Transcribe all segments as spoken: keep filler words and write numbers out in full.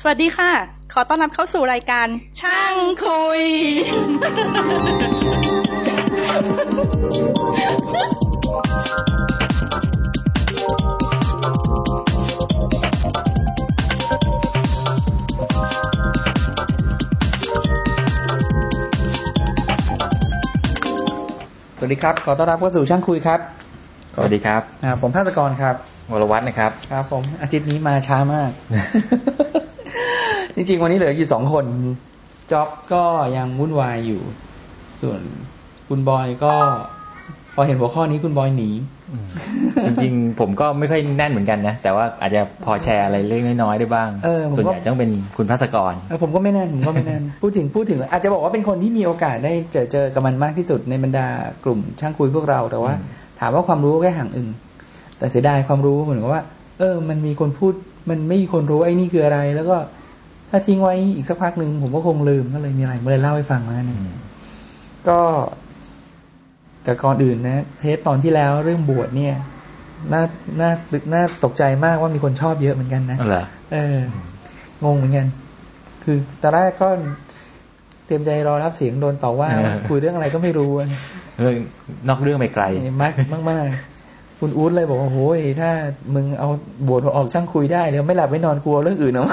วัสดีค่ะขอต้อนรับเข้าสู่รายการช่างคุยสวัสดีครับขอต้อนรับเข้าสู่ช่างคุยครับสวัสดีครับผมภาสกรครับวรวัฒน์นะครับครับผมอาทิตย์นี้มาช้ามาก จริงๆวันนี้เหลืออยู่สองคนจ๊อบก็ยังวุ่นวายอยู่ส่วนคุณบอยก็พอเห็นหัวข้อนี้คุณบอยหนีจริงๆผมก็ไม่ค่อยแน่นเหมือนกันนะแต่ว่าอาจจะพอแชร์อะไรเล็กน้อยๆได้บ้างส่วนใหญ่ต้องเป็นคุณภาสกรผมก็ไม่แน่นผมก็ไม่แน่น พูดถึงพูดถึงอาจจะบอกว่าเป็นคนที่มีโอกาสได้เจอเจอกับมันมากที่สุดในบรรดากลุ่มช่างคุยพวกเราแต่ว่าถามว่าความรู้แค่ห่างอึ่งแต่เสียดายความรู้เหมือนกับว่าเออมันมีคนพูดมันไม่มีคนรู้ไอ้นี่คืออะไรแล้วก็ถ้าทิ้งไว้อีกสักพักนึงผมก็คงลืมก็เลยมีอะไรเมื่อเล่าให้ฟังมาเนี่ยก็แต่ก่อนอื่นนะเทปตอนที่แล้วเรื่องบวชเนี่ยน่าน่าน่าตกใจมากว่ามีคนชอบเยอะเหมือนกันนะเหรอเอองงเหมือนกันคือตอนแรกก็เตรียมใจรอรับเสียงโดนต่อว่าคุยเรื่องอะไรก็ไม่รู้เรื่องนอกเรื่องไปไกลมากมากมากคุณอู๊ดเลยบอกว่าโอ้ยถ้ามึงเอาบวชออกช่างคุยได้เดี๋ยวไม่หลับไม่นอนกลัวเรื่องอื่นเนาะ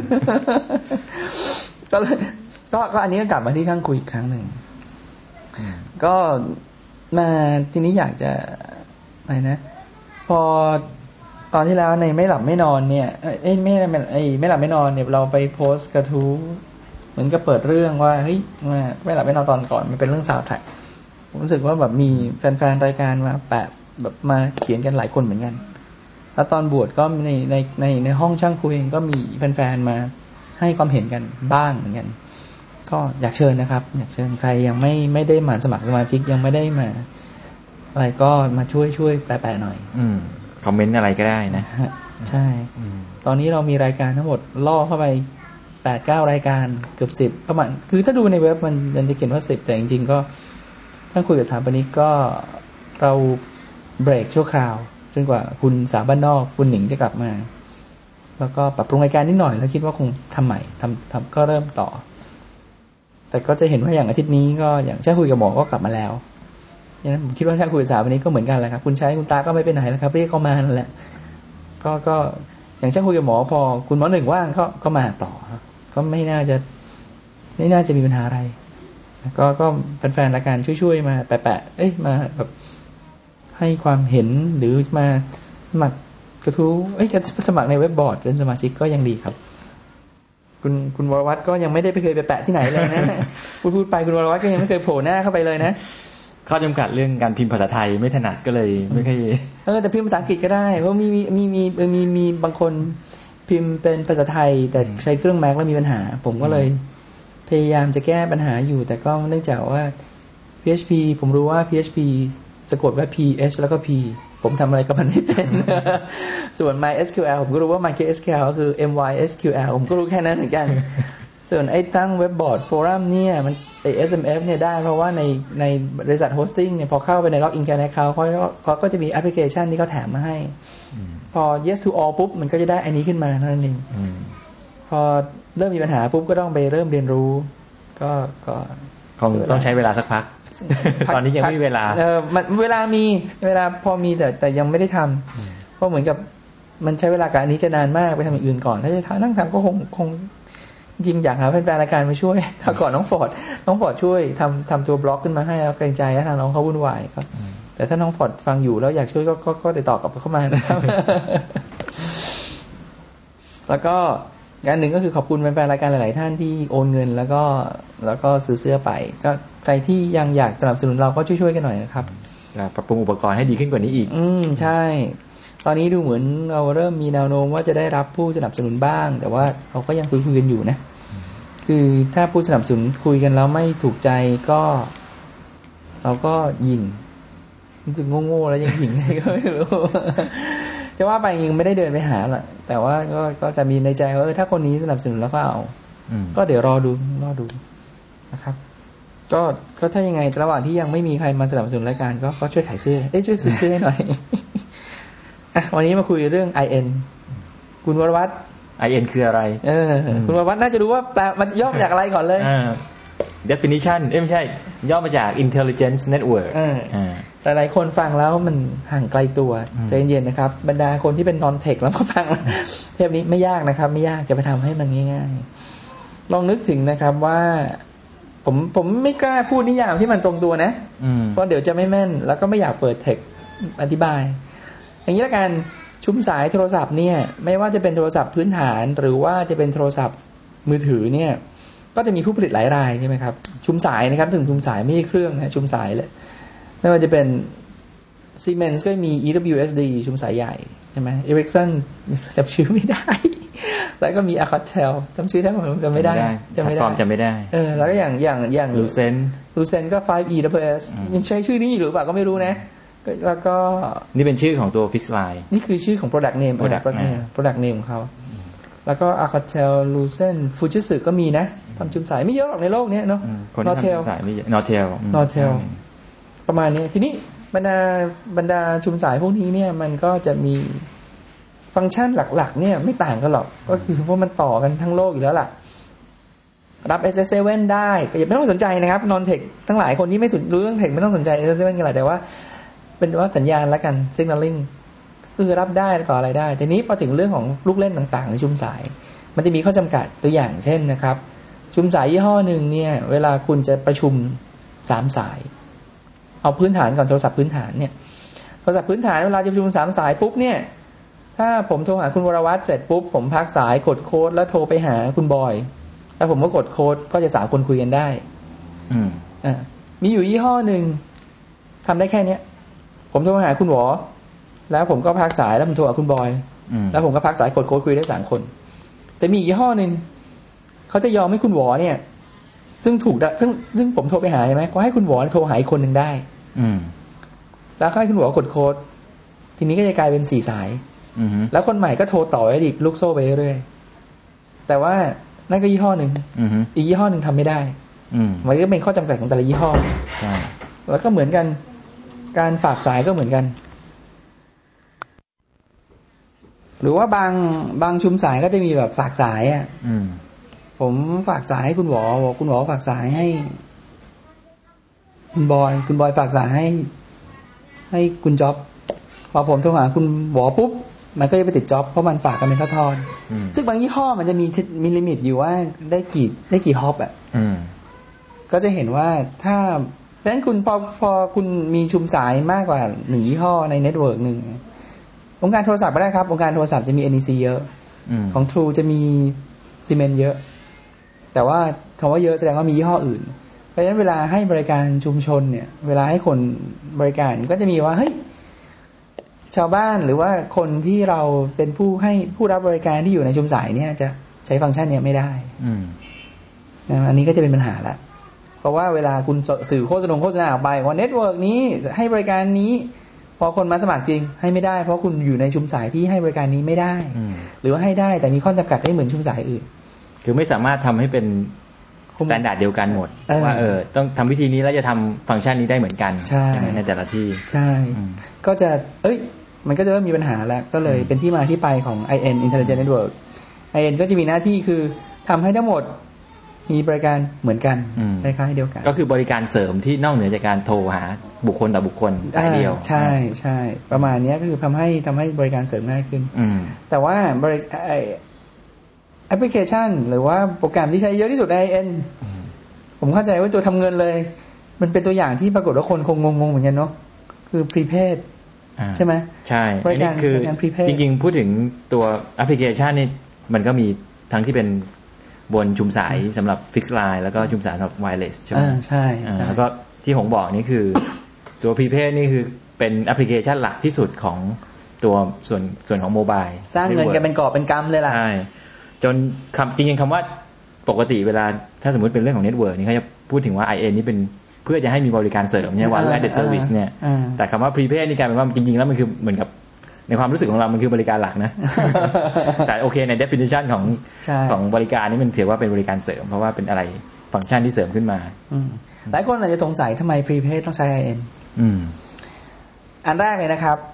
ก็เลยก็ก็อันนี้ก็กลับมาที่ช่างคุยอีกครั้งหนึ่งก็มาทีนี้อยากจะอะไรนะพอตอนที่แล้วในไม่หลับไม่นอนเนี่ยเอ้ยไม่ไอ้ไม่หลับไม่นอนเนี่ยเราไปโพสต์กระทู้เหมือนกับเปิดเรื่องว่าเฮ้ยไม่หลับไม่นอนตอนก่อนมันเป็นเรื่องสาวไทยผมรู้สึกว่าแบบมีแฟนๆรายการมาแปะแบบมาเขียนกันหลายคนเหมือนกันแล้วตอนบวชก็ในในในในห้องช่างคุยเองก็มีแฟนๆมาให้ความเห็นกันบ้างเหมือนกันก็อยากเชิญนะครับอยากเชิญใครยังไม่ไม่ได้มาสมัครสมาชิกยังไม่ได้มาอะไรก็มาช่วยช่วยแปะๆหน่อยอืมคอมเมนต์อะไรก็ได้นะใช่ตอนนี้เรามีรายการทั้งหมดล่อเข้าไปแปดเก้ารายการเกือบสิบประมาณคือถ้าดูในเว็บมันมันจะเขียนว่าสิบแต่จริงๆก็ช่างคุยกับสถาปนิกก็เราเบรกชั่วคราวจนกว่าคุณสาวบ้านนอกคุณหนิงจะกลับมาแล้วก็ปรับปรุงรายการนิดหน่อยแล้วคิดว่าคงทำใหม่ทำทำก็เริ่มต่อแต่ก็จะเห็นว่าอย่างอาทิตย์นี้ก็อย่างช่างคุยกับหมอก็กลับมาแล้วอย่างนั้นผมคิดว่าช่างคุยกับสาววันนี้ก็เหมือนกันแหละครับคุณใช้คุณตาก็ไม่ไปไหนแล้วครับเรียกเขามานั่นแหละก็ก็อย่างช่างคุยกับหมอพอคุณหมอหนึ่งว่างก็ก็มาต่อก็ไม่น่าจะไม่น่าจะมีปัญหาอะไรก็ก็แฟนๆรายการช่วยๆมาแปะๆเอ้ยมาแบบให้ความเห็นหรือมาสมัครกระทู้เอ้ยจะสมัครในเว็บบอร์ดเป็นสมาชิกก็ยังดีครับคุณคุณวรวัฒน์ก็ยังไม่ได้ไปเคยไปแปะที่ไหนเลยนะ พูดพูดไปคุณวรวัฒน์ก็ยังไม่เคยโผล่หน้าเข้าไปเลยนะข้อจำกัดเรื่องการพิมพ์ภาษาไทยไม่ถนัดก็เลยไม่ค่อยเออแต่พิมพ์ภาษาอังกฤษก็ได้เพราะมีมีมีมีมีมีบางคนพิมพ์เป็นภาษาไทยแต่ใช้เครื่องแม็กแล้วมีปัญหาผมก็เลยพยายามจะแก้ปัญหาอยู่แต่ก็เนื่องจากว่า พี เอช พี ผมรู้ว่า พี เอช พี สะกดว่า พี เอช แล้วก็ P ผมทำอะไรกับมันไม่เป็น ส่วน MySQL ผมก็รู้ว่า MySQL ก็คือ เอ็ม วาย เอส คิว แอล ผมก็รู้แค่นั้นเหมือนกัน ส่วนไอ้ตั้งเว็บบอร์ดโฟรัมเนี่ยมันไอ้ เอส เอ็ม เอฟ เนี่ยได้เพราะว่าในในบริษัทโฮสติ้งเนี่ยพอเข้าไปใน Login Account เขาเขาก็จะมีแอปพลิเคชันที่เขาแถมมาให้พอ yes to all ปุ๊บมันก็จะได้อันนี้ขึ้นมาเท่านั้นเองพอเริ่มมีปัญหาปุ๊บก็ต้องไปเริ่มเรียนรู้ก็ก็คงต้องใช้เวลาสักพักตอนนี้ยังไม่มีเวลาเออมันเวลามีเวลาพอมีแต่แต่ยังไม่ได้ทำเพราะเหมือนกับมันใช้เวลากับอันนี้จะนานมากไปทำอย่างอื่นก่อนถ้าจะนั่งทำก็คงคงจริงอยากหาแฟนๆรายการมาช่วยถ้าก่อนน้องฟอร์ดน้องฟอร์ดช่วยทำทำตัวบล็อกขึ้นมาให้แล้วเกรงใจถ้าน้องเขาวุ่นวายครับแต่ถ้าน้องฟอร์ดฟังอยู่แล้วอยากช่วยก็ก็ก็ติดต่อกลับเข้ามานะครับ แล้วก็งานหนึ่งก็คือขอบคุณแฟนๆรายการหลายๆท่านที่โอนเงินแล้วก็แล้วก็ซื้อเสื้อไปก็ใครที่ยังอยากสนับสนุนเราก็ช่วยๆกันหน่อยนะครับปรับปรุงอุปกรณ์ให้ดีขึ้นกว่านี้อีกอืมใช่ตอนนี้ดูเหมือนเราเริ่มมีแนวโน้มว่าจะได้รับผู้สนับสนุนบ้างแต่ว่าเราก็ยังคุยๆกันอยู่นะคือถ้าผู้สนับสนุนคุยกันแล้วไม่ถูกใจก็เราก็ยิงรู้สึกโง่ๆแล้วยังยิงไงก็ไม่รู้จะว่าไปยังไม่ได้เดินไปหาหรอกแต่ว่าก็ก็จะมีในใจว่าเออถ้าคนนี้สนับสนุนแล้วก็เอาก็เดี๋ยวรอดูรอดูนะครับก็ก็ถ้ายังไงระหว่างที่ยังไม่มีใครมาสนับสนุนรายการก็ก็ช่วยขายเสื้อเอ้ยช่วยซื้อเสื้อให้หน่อยอ่ะวันนี้มาคุยเรื่อง ไอ เอ็น คุณวรวัฒน์ไอ เอ็น คืออะไรเออคุณวัฒน์น่าจะรู้ว่าแปลมันย่อมาจากอะไรก่อนเลย definition เอ้ยไม่ใช่ย่อมาจาก intelligence network อ่าหลายๆคนฟังแล้วมันห่างไกลตัวใจเย็นๆนะครับบรรดาคนที่เป็น non tech แล้วมาฟังเทปนี้ไม่ยากนะครับไม่ยากจะไปทำให้มันง่ายๆลองนึกถึงนะครับว่าผมผมไม่กล้าพูดนิยามที่มันตรงตัวนะเพราะเดี๋ยวจะไม่แม่นแล้วก็ไม่อยากเปิดเทคอธิบายอย่างนี้ละกันชุมสายโทรศัพท์เนี่ยไม่ว่าจะเป็นโทรศัพท์พื้นฐานหรือว่าจะเป็นโทรศัพท์มือถือเนี่ยก็จะมีผู้ผลิตหลายรายใช่ไหมครับชุมสายนะครับถึงชุมสายไม่ใช่เครื่องนะชุมสายเลยไม่ว่าจะเป็น Siemens ก็มี อี ดับเบิลยู เอส ดี ชุมสายใหญ่ใช่ไหม Ericsson จำชื่อไม่ได้แล้วก็มี Alcatel จำชื่อได้ผมจำไม่ได้จำไม่ได้จำไม่ได้เออแล้วก็อย่างอย่างอย่าง Lucent Lucent ก็ ไฟว์ อี ดับเบิลยู เอส ยังใช้ชื่อนี้หรือเปล่าก็ไม่รู้นะแล้วก็นี่เป็นชื่อของตัว Fixed Line นี่คือชื่อของ Product Name Product Name Product Name ของเขาแล้วก็ Alcatel Lucent Fujitsu ก็มีนะทำชุมสายไม่เยอะหรอกในโลกนี้เนาะ Nortel Nortel Nortel ประมาณนี้ทีนี้บรรดาบรรดาชุมสายพวกนี้เนี่ยมันก็จะมีฟังก์ชันหลักๆเนี่ยไม่ต่างกันหรอกก็คือว่ามันต่อกันทั้งโลกอยู่แล้วล่ะรับ เอส เอส เซเว่น ได้อย่าไม่ต้องสนใจนะครับ non tech ทั้งหลายคนที่ไม่รู้เรื่องเทคไม่ต้องสนใจ เอส เอส เซเว่น กันหรอกแต่ว่าเป็นว่าสัญญาณละกัน signaling คือรับได้ต่ออะไรได้ทีนี้พอถึงเรื่องของลูกเล่นต่างๆในชุมสายมันจะมีข้อจำกัดตัวอย่างเช่นนะครับชุมสายยี่ห้อหนึ่งเนี่ยเวลาคุณจะประชุมสามสายเอาพื้นฐานก่อนโทรศัพท์พื้นฐานเนี่ยโทรศัพท์พื้นฐานเวลาจะประชุมสามสายปุ๊บเนี่ยถ้าผมโทรหาคุณวรวัฒน์เสร็จปุ๊บผมพักสายกดโค้ดแล้วโทรไปหาคุณบอยแล้วผมก็กดโค้ดก็จะสามคนคุยกันได้อืมอ่ามีอยู่ยี่ห้อหนึ่งทำได้แค่เนี้ยผมโทรหาคุณหวอแล้วผมก็พักสายแล้วผมโทรหาคุณบอยแล้วผมก็พักสายกดโค้ดคุยได้สามคนแต่มียี่ห้อหนึ่งเขาจะยอมให้คุณหวอเนี่ยซึ่งถูกซึ่งซึ่งผมโทรไปหาใช่ไหมก็ให้คุณหวอโทรหาอีกคนหนึ่งได้อืมแล้วให้คุณหวอกดโค้ดทีนี้ก็จะกลายเป็นสี่สายอือแล้วคนใหม่ก็โทรต่อไปอีกลูกโซ่ไปเรื่อยแต่ว่านั่นก็ยี่ห้อหนึ่งอีกยี่ห้อหนึ่งทำไม่ได้มันก็เป็นข้อจำกัดของแต่ละยี่ห้อแล้วก็เหมือนกันการฝากสายก็เหมือนกันหรือว่าบางบางชุมสายก็จะมีแบบฝากสายอ่ะผมฝากสายให้คุณหวอบอกคุณหวอฝากสายให้คุณบอยคุณบอยฝากสายให้ให้คุณจ๊อบพอผมโทรหาคุณหวอปุ๊บมันก็จะไปติดจ๊อบเพราะมันฝากกันเป็นทอดๆซึ่งบางยี่ห้อมันจะมีมีลิมิตอยู่ว่าได้กี่ได้กี่ฮอปอ่ะก็จะเห็นว่าถ้าฉะนั้นคุณพอพอคุณมีชุมสายมากกว่าหนึ่งยี่ห้อในเน็ตเวิร์กหนึ่งวงการโทรศัพท์ก็ได้ครับวงการโทรศัพท์จะมี เอ็น อี ซี เยอะของ True จะมี Siemens เยอะแต่ว่าคำว่าเยอะแสดงว่ามียี่ห้ออื่นเพราะฉะนั้นเวลาให้บริการชุมชนเนี่ยเวลาให้คนบริการก็จะมีว่าเฮ้ยชาวบ้านหรือว่าคนที่เราเป็นผู้ให้ผู้รับบริการที่อยู่ในชุมสายเนี่ยจะใช้ฟังก์ชันเนี่ยไม่ได้นะอันนี้ก็จะเป็นปัญหาละเพราะว่าเวลาคุณสื่อโฆษณาโฆษณาออกไปว่าเน็ตเวิร์กนี้ให้บริการนี้พอคนมาสมัครจริงให้ไม่ได้เพราะคุณอยู่ในชุมสายที่ให้บริการนี้ไม่ได้หรือว่าให้ได้แต่มีข้อจำกัดได้เหมือนชุมสายอื่นคือไม่สามารถทำให้เป็นสแตนดาร์ดเดียวกันหมดว่าเออต้องทำวิธีนี้แล้วจะทำฟังก์ชันนี้ได้เหมือนกันในแต่ละที่ใช่ก็จะเอ้ยมันก็จะเริ่มมีปัญหาแล้วก็เลยเป็นที่มาที่ไปของ ไอ เอ็น Intelligent Network ไอ เอ็น ก็จะมีหน้าที่คือทำให้ทั้งหมดมีบริการเหมือนกันคล้ายๆเดียวกันก็คือบริการเสริมที่นอกเหนือจากการโทรหาบุคคลต่อบุคคลสายเดียวใช่ใช่ประมาณนี้ก็คือทำให้ทำให้บริการเสริมง่ายขึ้นแต่ว่าบริแอปพลิเคชันหรือว่าโปรแกรมที่ใช้เยอะที่สุดใน ไอ เอ็น ผมเข้าใจว่าตัวทำเงินเลยมันเป็นตัวอย่างที่ปรากฏว่าคนคงงงๆเหมือนกันเนาะคือ prepaid ใช่ไหมใช่อันนี้คือจริงๆพูดถึงตัวแอปพลิเคชันนี่มันก็มีทั้งที่เป็นบนชุมสายสำหรับ Fixed Line แล้วก็ชุมสายสำหรับ Wireless ใช่ไหมใช่แล้วก็ที่ผมบอกนี่คือตัว prepaid นี่คือเป็นแอปพลิเคชันหลักที่สุดของตัวส่วนส่วนของโมบายสร้างเงินกันเป็นกอบเป็นกำเลยล่ะใช่จนคำจริงๆคำว่าปกติเวลาถ้าสมมติเป็นเรื่องของเน็ตเวิร์กนี่เขาจะพูดถึงว่า ไอ เอ็น นี่เป็นเพื่อจะให้มีบริการเสริมเนี่ย value added service เนี่ยแต่คำว่า prepaid นี่กลายเป็นว่าจริงๆแล้วมันคือเหมือนกับในความรู้สึกของเรามันคือบริการหลักนะ แต่โอเคใน definition ของของบริการนี่มันถือว่าเป็นบริการเสริมเพราะว่าเป็นอะไรฟังก์ชันที่เสริมขึ้นมาหลายคนอาจจะสงสัยทำไม prepaid ต้องใช้ ไอ เอ็นอืมอันแรกเลยนะครับ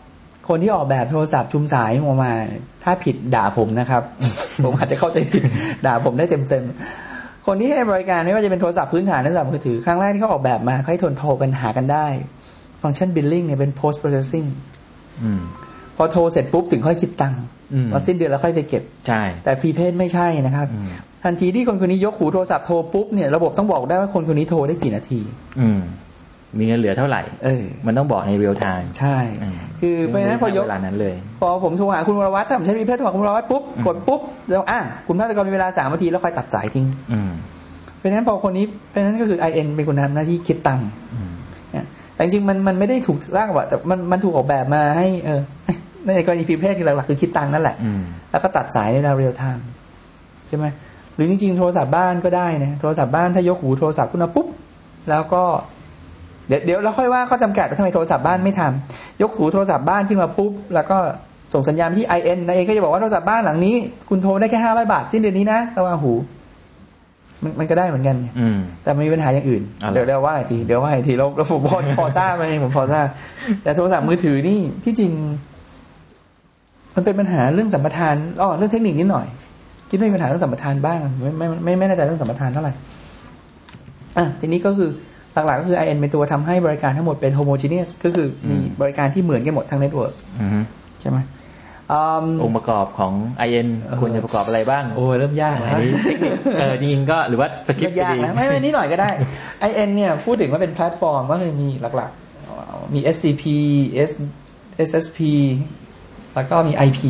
คนที่ออกแบบโทรศัพท์ชุมสายออกมาถ้าผิดด่าผมนะครับ ผมอาจจะเข้าใจผิดด่าผมได้เต็มๆคนที่ให้บริการไม่ว่าจะเป็นโทรศัพท์พื้นฐานโทรศัพท์มือถือครั้งแรกที่เขาออกแบบมาให้ทนโทรกันหากันได้ฟังก์ชัน billing เนี่ยเป็น post processing พอโทรเสร็จปุ๊บถึงค่อยคิดตังค์แล้วสิ้นเดือนแล้วค่อยไปเก็บใช่แต่ prepaid ไม่ใช่นะครับทันทีที่คนคนนี้ยกหูโทรศัพท์โทรปุ๊บเนี่ยระบบต้องบอกได้ว่าคนคนนี้โทรได้กี่นาทีมีเงินเหลือเท่าไหร่เออมันต้องบอกในเรียลไทม์ใช่คือเพราะฉะนั้นพอยกเวลานั้นเลยพอผมโทรหาคุณวรวัฒน์ถ้าผมใช้มีเพจโทรหาคุณวรวัฒน์ปุ๊บกดปุ๊บแล้วอ่ะคุณภาสกรมีเวลาสามนาทีแล้วค่อยตัดสายทิ้งเพราะฉะนั้นพอคนนี้เพราะฉะนั้นก็คือ ไอ เอ็น เป็นคนทำหน้าที่คิดตังค์แต่จริงๆมันมันไม่ได้ถูกสร้างว่าแต่มันมันถูกออกแบบมาให้เออในกรณีพรีเพจที่หลักๆคือคิดตังค์นั่นแหละแล้วก็ตัดสายในเรียลไทม์ใช่ไหมหรือจริงๆโทรศัพท์บ้านก็ได้นะโทรศัพท์บ้านถ้ายกหูโทรศัพท์ขึ้นมาปุ๊บแล้วก็เดี๋ยวเดี๋ยวเราค่อยว่าข้อจำกัดว่าทำไมโทรศัพท์บ้านไม่ทำยกหูโทรศัพท์บ้านขึ้นมาปุ๊บแล้วก็ส่งสัญญาณที่ ไอ เอ็น ไอ เอ็น ก็จะบอกว่าโทรศัพท์บ้านหลังนี้คุณโทรได้แค่ห้าร้อยบาทสิ้นเดือนนี้นะระวังหูมันมันก็ได้เหมือนกันแต่มีปัญหาอย่างอื่นเดี๋ยวเดี๋ยวว่าอีกทีเดี๋ยวว่าอีกทีเราเราผมพอพอทราบมาเองผมพอทราบแต่โทรศัพท์มือถือนี่ที่จริงมันเป็นปัญหาเรื่องสัมปทานอ๋อเรื่องเทคนิคนิดหน่อยคิดว่ามีปัญหาเรื่องสัมปทานบ้างไม่ไม่ไม่ไม่แน่ใจเรื่องสัมปทานเท่าไหร่อ่ะทีนี้ก็คือหลักๆก็คือ ไอ เอ็น เป็นตัวทำให้บริการทั้งหมดเป็น homogeneous ก็คือมีบริการที่เหมือนกันหมดทั้งเน็ตเวิร์กใช่ไหมองค์ประกอบของ ไอ เอ็น ควรจะประกอบอะไรบ้างโอ้เริ่มยากแล้วอันนี้เทคนิคเออจริงๆก็หรือว่าสคริปต์ยากนะไม่ไม่นิดหน่อยก็ได้ ไอ เอ็น เนี่ยพูดถึงว่าเป็นแพลตฟอร์มก็คือมีหลักๆมี เอส ซี พี S เอส เอส พี แล้วก็มี ไอ พี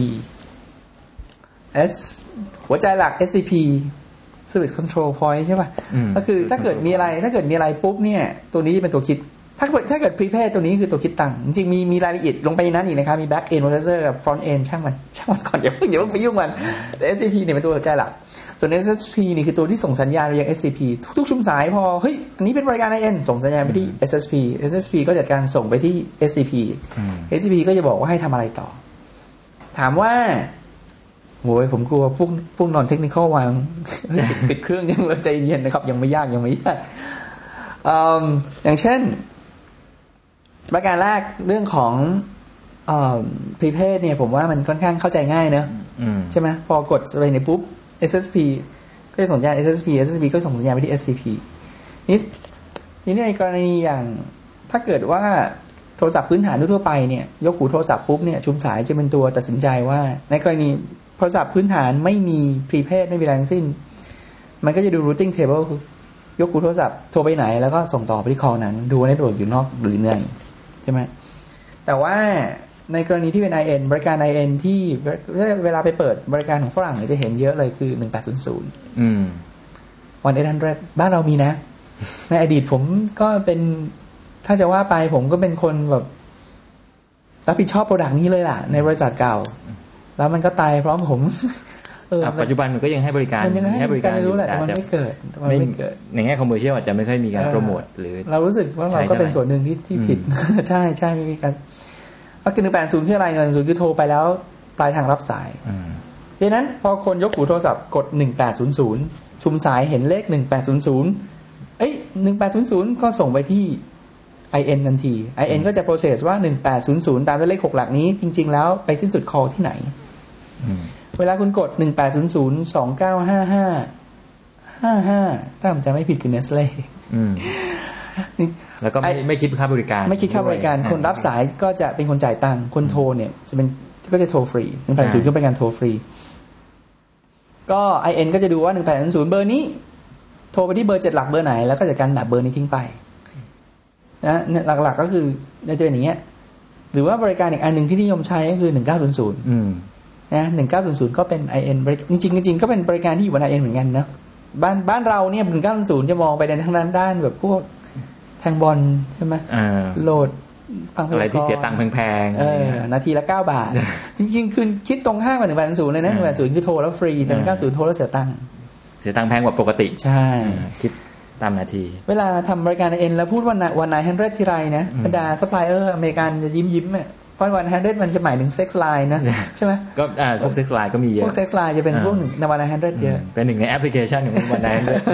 S หัวใจหลัก เอส ซี พีService Control Point ใช่ป่ะก็คือถ้าเกิดมีอะไรถ้าเกิดมีอะไรปุ๊บเนี่ยตัวนี้เป็นตัวคิดถ้าถ้าเกิด Prepaid ตัวนี้คือตัวคิดตังค์จริงๆมีมีรายละเอียดลงไปนั้นอีกนะครับมี Back End Processor กับ Front End ช่างมันช่างมันก่อนอย่าเพิ่งอย่าเพิ่งไปยุ่งมันแต่ เอส ซี พี เนี่ยเป็นตัวหัวใจหลักส่วน เอส เอส พี นี่คือตัวที่ส่งสัญญาณไปยัง เอส ซี พี ทุกๆชุมสายพอเฮ้ยอันนี้เป็นบริการ ไอ เอ็น ส่งสัญญาณไปที่ เอส เอส พี เอส เอส พี ก็จัดการส่งไปที่ เอส ซี พี เอส ซี พี ก็จะบอกว่าให้ทำอะไรต่อถามว่าโอ้ยผมกลัวพวกพวกนอนเทคนิคอลวางปิดเครื่องยังเลยใจเย็นนะครับยังไม่ยากยังไม่ยากอย่างเช่นประการแรกเรื่องของพรีเพดเนี่ยผมว่ามันค่อนข้างเข้าใจง่ายเนอะใช่ไหมพอกดไปในปุ๊บ เอส เอส พี ก็จะส่งสัญญาณ เอส เอส พี เอส เอส พี ก็ส่งสัญญาณไปที่ เอส ซี พี นี่นี่ในกรณีอย่างถ้าเกิดว่าโทรศัพท์พื้นฐานทั่วไปเนี่ยยกหูโทรศัพท์ปุ๊บเนี่ยชุมสายจะเป็นตัวตัดสินใจว่าในกรณีโทรศัพท์พื้นฐานไม่มีพรีเพดไม่มีอะไรทั้งสิ้นมันก็จะดู routing table ยกหูโทรศัพท์โทรไปไหนแล้วก็ส่งต่อไปที่ call นั้นดูว่าเน็ตเวิร์กอยู่นอกหรือในใช่ไหมแต่ว่าในกรณีที่เป็น ไอ เอ็น บริการ ไอ เอ็น ที่เวลาไปเปิดบริการของฝรั่งจะเห็นเยอะเลยคือหนึ่งแปดศูนย์ศูนย์อืมหนึ่งแปดศูนย์บ้านเรามีนะ ในอดีตผมก็เป็นถ้าจะว่าไปผมก็เป็นคนแบบรับผิดชอบโปรดักต์นี้เลยล่ะในบริษัทเก่าแล้วมันก็ตายพร้อมผมเออปัจจุบันมันก็ยังให้บริการมันยังให้บริการรู้แหละแต่มันไม่เกิดมันไม่เกิดในแง่คอมเมอร์เชียลอาจจะไม่ค่อยมีการโปรโมทหรือเรารู้สึกว่าเราก็เป็นส่วนหนึ่งที่ที่ผิดใช่ใช่ไม่มีการว่าคือหนึ่งแปดศูนย์คืออะไรหนึ่งแปดศูนย์คือโทรไปแล้วปลายทางรับสายเพราะนั้นพอคนยกหูโทรศัพท์กดหนึ่งแปดศูนย์ศูนย์ชุมสายเห็นเลขหนึ่งแปดศูนย์ศูนย์เอ้ยหนึ่งแปดศูนย์ศูนย์ก็ส่งไปที่ ไอ เอ็น ทันที ไอ เอ็น ก็จะ process ว่าหนึ่งแปดศูนย์ศูนย์ตามด้วยเลขหกหลักนี้จริงๆแล้วไปสิ้นสุด call ที่ไหนเวลาคุณกดหนึ่งแปดศูนย์ศูนย์ สองเก้าห้าห้า ห้าห้าถ้าผมจำไม่ผิดคือ Nestle อืมแล้วก็ไม่ไม่คิดค่าบริการไม่คิดค่าบริการคนรับสายก็จะเป็นคนจ่ายตังค์คนโทรเนี่ยจะเป็นก็จะโทรฟรีหนึ่งแปดศูนย์ก็เป็นการโทรฟรีก็ ไอ เอ็น ก็จะดูว่าหนึ่งแปดศูนย์ศูนย์เบอร์นี้โทรไปที่เบอร์เจ็ดหลักเบอร์ไหนแล้วก็จัดการแบบเบอร์นี้ทิ้งไปนะหลักๆก็คือจะเป็นอย่างเงี้ยหรือว่าบริการอีกอันนึงที่นิยมใช้ก็คือหนึ่งเก้าศูนย์ศูนย์อืมนะหนึ่งเก้าศูนย์ศูนย์ก็เป็น ไอ เอ็น จริงๆจริงๆก็เป็นบริการที่อยู่บน ไอ เอ็น เหมือนกันนะบ้านบ้านเราเนี่ยหนึ่งเก้าศูนย์ศูนย์จะมองไปในทางด้านด้านแบบพวกแทงบอลใช่ไหมโหลดฟังเพลงอะไรที่เสียตังค์แพงๆเออนาทีละเก้าบาทจริงๆคือคิดตรงข้ามกับหนึ่งแปดศูนย์ศูนย์เลยนะหนึ่งแปดศูนย์คือโทรแล้วฟรีแต่หนึ่งเก้าศูนย์โทรแล้วเสียตังค์เสียตังค์แพงกว่าปกติใช่คิดตามนาทีเวลาทำบริการ ไอ เอ็น แล้วพูดว่าวันนายแฮนด์เรดทีไรนะบรรดาซัพพลายเออร์อเมริกันจะยิ้มยิ้มอ่ะเพราะวันแฮนด์เรดมันจะหมายถึงเซ็กซ์ไลน์นะใช่ไหมก็อ่าพวกเซ็กซ์ไลน์ก็มีเยอะพวกเซ็กซ์ไลน์จะเป็นพวกหนึ่งในวันนายแฮนด์เรดเยอะเป็นหนึ่งในแอปพลิเคชันของวันนายแฮนด์เรด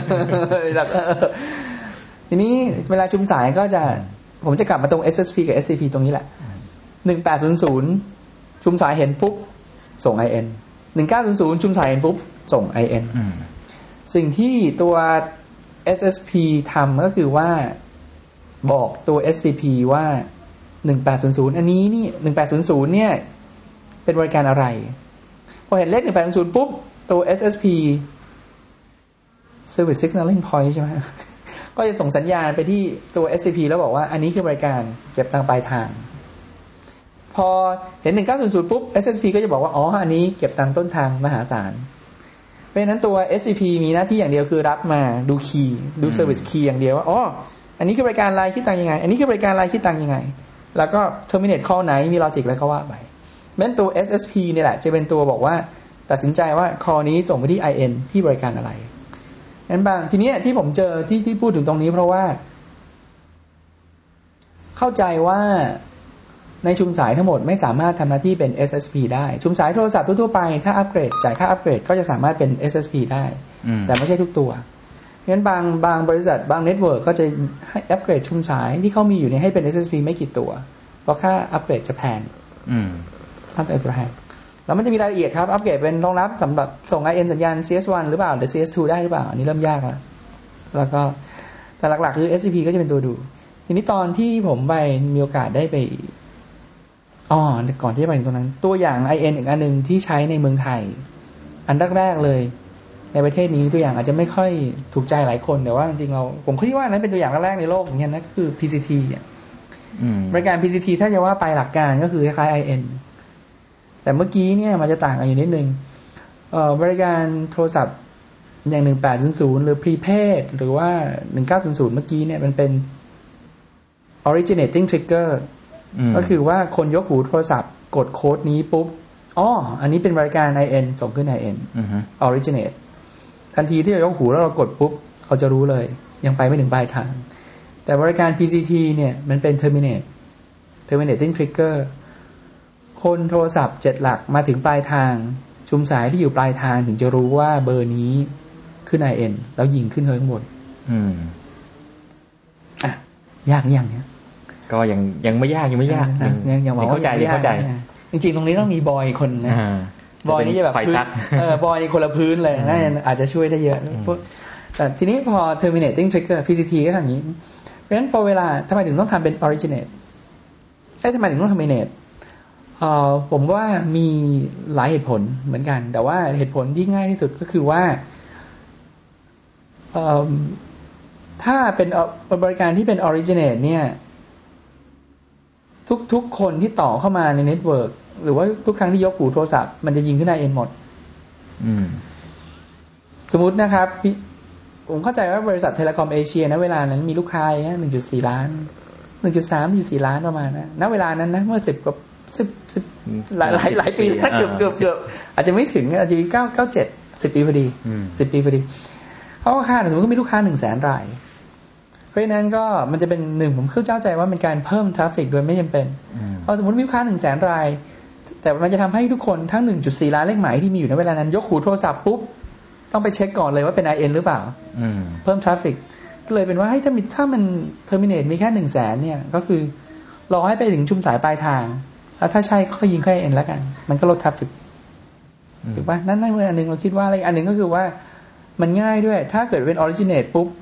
ทีนี้เวลาจุ่มสายก็จะผมจะกลับมาตรง เอส เอส พี กับ เอส ซี พี ตรงนี้แหละหนึ่งแปดศูนย์ศูนย์ชุมสายเห็นปุ๊บส่ง ไอ เอ็น หนึ่งเก้าศูนย์ศูนย์ชุมสายเห็นปุ๊บส่ง ไอ เอ็น สิ่งที่ตัว เอส เอส พี ทำก็คือว่าบอกตัว เอส ซี พี ว่าหนึ่งแปดศูนย์ศูนย์อันนี้นี่หนึ่งแปดศูนย์ศูนย์เนี่ยเป็นบริการอะไรพอเห็นเลขหนึ่งแปดศูนย์ศูนย์ปุ๊บตัว เอส เอส พี Service Signaling Point ใช่ไหมก็จะส่งสัญญาณไปที่ตัว เอส ซี พี แล้วบอกว่าอันนี้คือบริการเก็บตังค์ปลายทางพอเห็นหนึ่งเก้าศูนย์ศูนย์ปุ๊บ เอส เอส พี ก็จะบอกว่าอ๋ออันนี้เก็บตังค์ต้นทางมหาศาลเพราะฉะนั้นตัว เอส ซี พี มีหน้าที่อย่างเดียวคือรับมาดูคีย์ดู Service Key อย่างเดียวว่าอ๋ออันนี้คือบริการอะไรคิดตังค์ยังไงอันนี้คือบริการอะไรคิดตังค์ยังไงแล้วก็ terminate call ไหนมี logic อะไรก็ว่าไปเพราะฉะนั้นตัว เอส เอส พี นี่แหละจะเป็นตัวบอกว่าตัดสินใจว่า call นี้ส่งไปที่ ไอ เอ็น ที่บริการอะไรงั้นบางทีนี้ที่ผมเจอที่ที่พูดถึงตรงนี้เพราะว่าเข้าใจว่าในชุมสายทั้งหมดไม่สามารถทำหน้าที่เป็น เอส เอส พี ได้ชุมสายโทรศัพท์ทั่วๆไปถ้าอัปเกรดจ่ายค่าอัปเกรดก็จะสามารถเป็น เอส เอส พี ได้แต่ไม่ใช่ทุกตัวงั้นบางบางบริษัทบางเน็ตเวิร์กก็จะให้อัปเกรดชุมสายที่เขามีอยู่เนี่ยให้เป็น เอส เอส พี ไม่กี่ตัวเพราะค่าอัปเกรดจะแพงค่าอัปเกรดจะแพงแล้วมันจะมีรายละเอียดครับอัปเกรดเป็นรองรับสำหรับส่ง ไอ เอ็น สัญญาณ ซี เอส วัน หรือเปล่าหรือ ซี เอส ทู ได้หรือเปล่าอันนี้เริ่มยากแล้วแล้วก็แต่หลักๆคือ เอส ซี พี ก็จะเป็นตัวดูทีนี้ตอนที่ผมไปมีโอกาสได้ไปอ๋อก่อนที่จะไปถึงตรงนั้นตัวอย่าง ไอ เอ็น อีกอันนึงที่ใช้ในเมืองไทยอันแรกๆเลยในประเทศนี้ตัวอย่างอาจจะไม่ค่อยถูกใจหลายคนแต่ว่าจริงๆเราผมคิดว่านั้นเป็นตัวอย่างแรกๆในโลกอย่างเงี้ยนะก็คือ พี ซี ที อ่ะบริการ พี ซี ที ถ้าจะว่าไปหลักการก็คือคล้ายๆ ไอ เอ็น แต่เมื่อกี้เนี่ยมันจะต่างกันอยู่นิดนึงเอ่อบริการโทรศัพท์อย่างหนึ่งแปดศูนย์ศูนย์หรือ prepaid หรือว่าหนึ่งเก้าศูนย์ศูนย์เมื่อกี้เนี่ยมันเป็น originating trigger ก็คือว่าคนยกหูโทรศัพท์กดโค้ดนี้ปุ๊บอ๋ออันนี้เป็นบริการ ไอ เอ็น ส่งขึ้น ไอ เอ็น originate ทันทีที่เรายกหูแล้วเรากดปุ๊บเขาจะรู้เลยยังไปไม่ถึงปลายทางแต่บริการ พี ซี ที เนี่ยมันเป็น terminate terminating trigger คนโทรศัพท์เจ็ดหลักมาถึงปลายทางชุมสายที่อยู่ปลายทางถึงจะรู้ว่าเบอร์นี้ขึ้น ไอ เอ็น แล้วยิงขึ้นข้างบนอืมอ่ะยากอย่างเนี้ยก็ยังยังไม่ยากยังไม่ยากยังยังเข้าใจเข้าใจจริงๆตรงนี้ต้องมีบอยคนนะบอยนี่จะแบบพื้นเออบอยนี่คนละพื้นเลยน่าอาจจะช่วยได้เยอะแต่ทีนี้พอ terminating trigger พี ซี ที ก็ทำอย่างนี้เพราะฉะนั้นพอเวลาทำไมถึงต้องทำเป็น originate เอ๊ะทำไมถึงต้อง terminate เอ่อผมว่ามีหลายเหตุผลเหมือนกันแต่ว่าเหตุผลที่ง่ายที่สุดก็คือว่าเอ่อถ้าเป็นบริการที่เป็น originate เนี่ยทุกๆคนที่ต่อเข้ามาในเน็ตเวิร์กหรือว่าทุกครั้งที่ยกหูโทรศัพท์มันจะยิงขึ้น ไอ เอ็น หมดสมมุตินะครับผมเข้าใจว่าบริษัทเทเลคอมเอเชียนะเวลานั้นมีลูกค้าเนี่ย หนึ่งจุดสี่ ล้าน หนึ่งจุดสาม หนึ่งจุดสี่ ล้านประมาณนะณเวลานั้นนะเมื่อสิบกว่าสิบ สิบหลายหลายหลายปีนะเกือบเกือบเกือบอาจจะไม่ถึงอาจจะเก้า เก้า เจ็ด สิบปีพอดีสิบปีพอดีเพราะว่าค่าสมมุติก็มีลูกค้า หนึ่งแสน รายเพราะฉะนั้นก็มันจะเป็นหนึ่งผมเข้าใจว่าเป็นการเพิ่มทราฟฟิกโดยไม่จำเป็นเพราะสมมติมีลูกค้า หนึ่งแสน รายแต่มันจะทำให้ทุกคนทั้ง หนึ่งจุดสี่ ล้านเลขหมายที่มีอยู่ในเวลานั้นยกหูโทรศัพท์ปุ๊บต้องไปเช็คก่อนเลยว่าเป็น ไอ เอ็น หรือเปล่าเพิ่มทราฟฟิกก็เลยเป็นว่าให้ถ้ามีถ้ามันเทอร์มิเนตมีแค่ หนึ่งแสน เนี่ยก็คือรอให้ไปถึงชุมสายปลายทางแล้วถ้าใช่ก็ยิงแค่ ไอ เอ็น แล้วกันมันก็ลดทราฟฟิกถูกป่ะนั่นนั่นคืออันนึงเราคิดว่าอะไรอันนึงก็คือว่ามันง่ายด้วยถ้าเกิดเป็นออริจิเนตปุ๊บ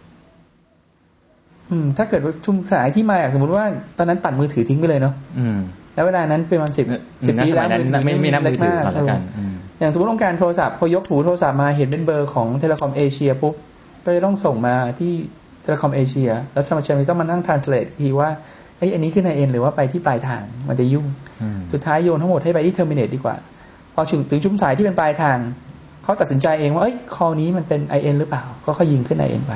อืมถ้าเกิดชุมสายที่มาสมมติว่าตอนนั้นตัดมือถือทิ้งไปเลยเนาะแล้วเวลานั้นเป็นวันสิบสิบปีแล้วไม่ไม่นับมือถือแล้วกันอย่างสมมติองค์การโทรศัพท์พอยกหูโทรศัพท์มาเห็นเป็นเบอร์ของเทเลคอมเอเชียปุ๊บก็จะต้องส่งมาที่เทเลคอมเอเชียแล้วทางเชมต้องมานั่งทรานสเลททีว่าไอ้อันนี้ขึ้น ไอ เอ็น หรือว่าไปที่ปลายทางมันจะยุ่งสุดท้ายโยนทั้งหมดให้ไปที่เทอร์มิเนตดีกว่าพอถึงชุมสายที่เป็นปลายทางเขาตัดสินใจเองว่าเอ้ยคอนี้มันเป็น ไอ เอ็น หรือเปล่าก็ค่อยยิงขึ้น ไอ เอ็น ไป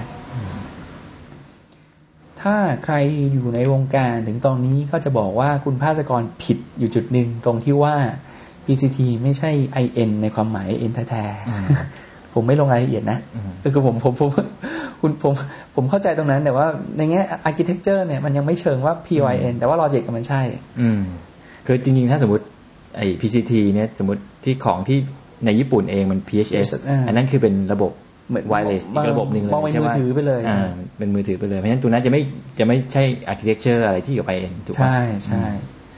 ถ้าใครอยู่ในวงการถึงตอนนี้ก็จะบอกว่าคุณภาสกรผิดอยู่จุดหนึ่งตรงที่ว่า พี ซี ที ไม่ใช่ ไอ เอ็น ในความหมาย ไอ เอ็น แท้ๆผมไม่ลงรายละเอียดนะคือผมผมผมคุณผมผมเข้าใจตรงนั้นแต่ว่าในแง่ architecture เนี่ยมันยังไม่เชิงว่า พี ไอ เอ็น แต่ว่า logic มันใช่อืมคือจริงๆถ้าสมมุติไอ้ พี ซี ที เนี่ยสมมุติที่ของที่ในญี่ปุ่นเองมัน พี เอช เอส อันนั้นคือเป็นระบบเหมือน wireless อีกระบบนึงเลยใช่ไหมมือถือไปเลยอ่าเป็นมือถือไปเลยเพราะฉะนั้นตัวนั้นจะไม่จะไม่ใช่ architecture อะไรที่กับ ไอ เอ็น ถูกป่ะใช่ใช่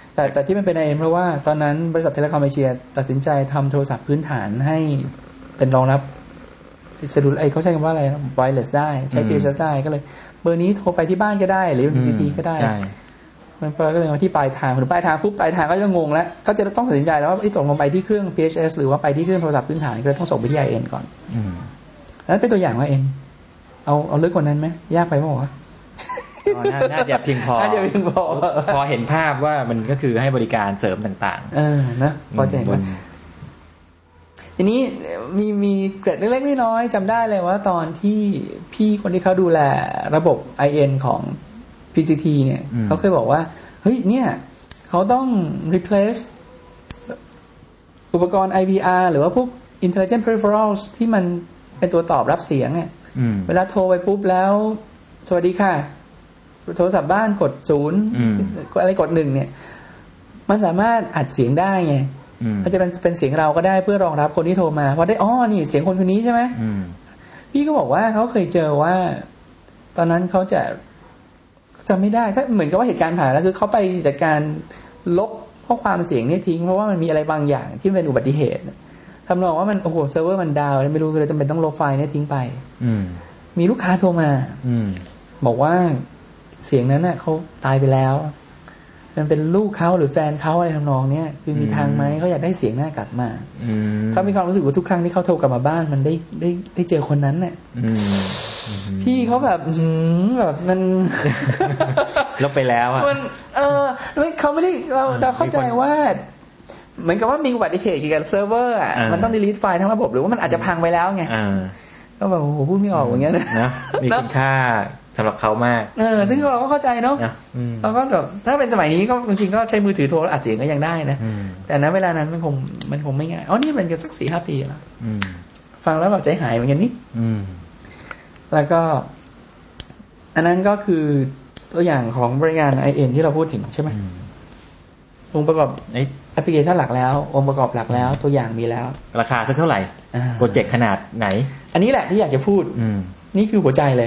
แต่แต่ที่มันเป็น ไอ เอ็น เพราะว่าตอนนั้นบริษัทเทเลคอมเอเชียตัดสินใจทำโทรศัพท์พื้นฐานให้เป็นรองรับสะดุดไอเขาใช้คำว่าอะไร wireless ได้ใช้ พี เอช เอส ได้ก็เลยเบอร์นี้โทรไปที่บ้านก็ได้หรือ พี ซี ที ก็ได้มันก็เลยมาที่ปลายทางถึงปลายทางปุ๊บปลายทางก็จะงงแล้วก็จะต้องตัดสินใจแล้วว่าตกลงไปที่เครื่อง พี เอช เอส หรือว่าไปที่เครื่องโทรศัพท์พื้นฐานก็ต้องส่งไปที่ ไอ เอ็น ก่อนนั้นเป็นตัวอย่างว่าเอ็นเอาเอาลึกกว่านั้นไหมยากไปเปล่าวะน่าจะเพียงพอน่าจะเพียงพอพอเห็นภาพว่ามันก็คือให้บริการเสริมต่างๆเออนะพอจะเห็นว่าทีนี้มีมีเกร็ดเล็กๆน้อยๆจำได้เลยว่าตอนที่พี่คนที่เขาดูแลระบบ ไอ เอ็น ของ พี ซี ที เนี่ยเขาเคยบอกว่าเฮ้ยเนี่ยเขาต้อง replace อุปกรณ์ ไอ วี อาร์ หรือว่าพวก intelligent peripherals ที่มันเป็นตัวตอบรับเสียงเนี่ยเวลาโทรไปปุ๊บแล้วสวัสดีค่ะโทรศัพท์บ้านกดศูนย์อะไรกดหนึ่งเนี่ยมันสามารถอัดเสียงได้ไงมันจะเป็นเป็นเสียงเราก็ได้เพื่อรองรับคนที่โทรมาเพราะได้อ๋อนี่เสียงคนคนนี้ใช่ไหมพี่ก็บอกว่าเขาเคยเจอว่าตอนนั้นเขาจะจำไม่ได้ถ้าเหมือนกับว่าเหตุการณ์ผ่านแล้วคือเขาไปจัดการลบข้อความเสียงนี้ทิ้งเพราะว่ามันมีอะไรบางอย่างที่เป็นอุบัติเหตุทำนองว่ามันโอ้โหเซิร์ฟเวอร์มันดาวน์ไม่รู้เลยจำเป็นต้องลบไฟล์นี้ทิ้งไปมีลูกค้าโทรมาบอกว่าเสียงนั้นน่ะเขาตายไปแล้วมันเป็นลูกเขาหรือแฟนเขาอะไรทำนองเนี้ยคือมีทางไหมเขาอยากได้เสียงหน้ากลับมาเขามีความรู้สึกว่าทุกครั้งที่เขาโทรกลับมาบ้านมันได้ได้ได้เจอคนนั้นน่ะพี่เขาแบบแบบมันลบไปแล้วอ่ะมันเออเขาไม่ได้เราเราเข้าใจว่าเหมือนกับว่ามีอุบัติเหตุเกี่ยวกับเซิร์ฟเวอร์อ่ะมันต้อง delete ไฟล์ทั้งระบบหรือว่ามันอาจจะพังไปแล้วไงก็แบบโอ้โหพูดไม่ออกอย่างเงี้ยนะมีคุณค่าสำหรับเขามากเออซึ่งเราก็เข้าใจเนาะเราก็แบบถ้าเป็นสมัยนี้ก็จริงๆก็ใช้มือถือโทรอัดเสียงก็ยังได้นะแต่ณเวลานั้นมันคงมันคงไม่ง่ายอ๋อนี่มันกันสักสี่ห้าปีแล้วฟังแล้วแบบใจหายเหมือนกันนี่แล้วก็อันนั้นก็คือตัวอย่างของบริการ ไอ เอ็น ที่เราพูดถึงใช่ไหมองค์ประกอบแอปพลิเคชันหลักแล้วองค์ประกอบหลักแล้วตัวอย่างมีแล้วราคาสักเท่าไหร่โปรเจกต์ขนาดไหนอันนี้แหละที่อยากจะพูดนี่คือหัวใจเลย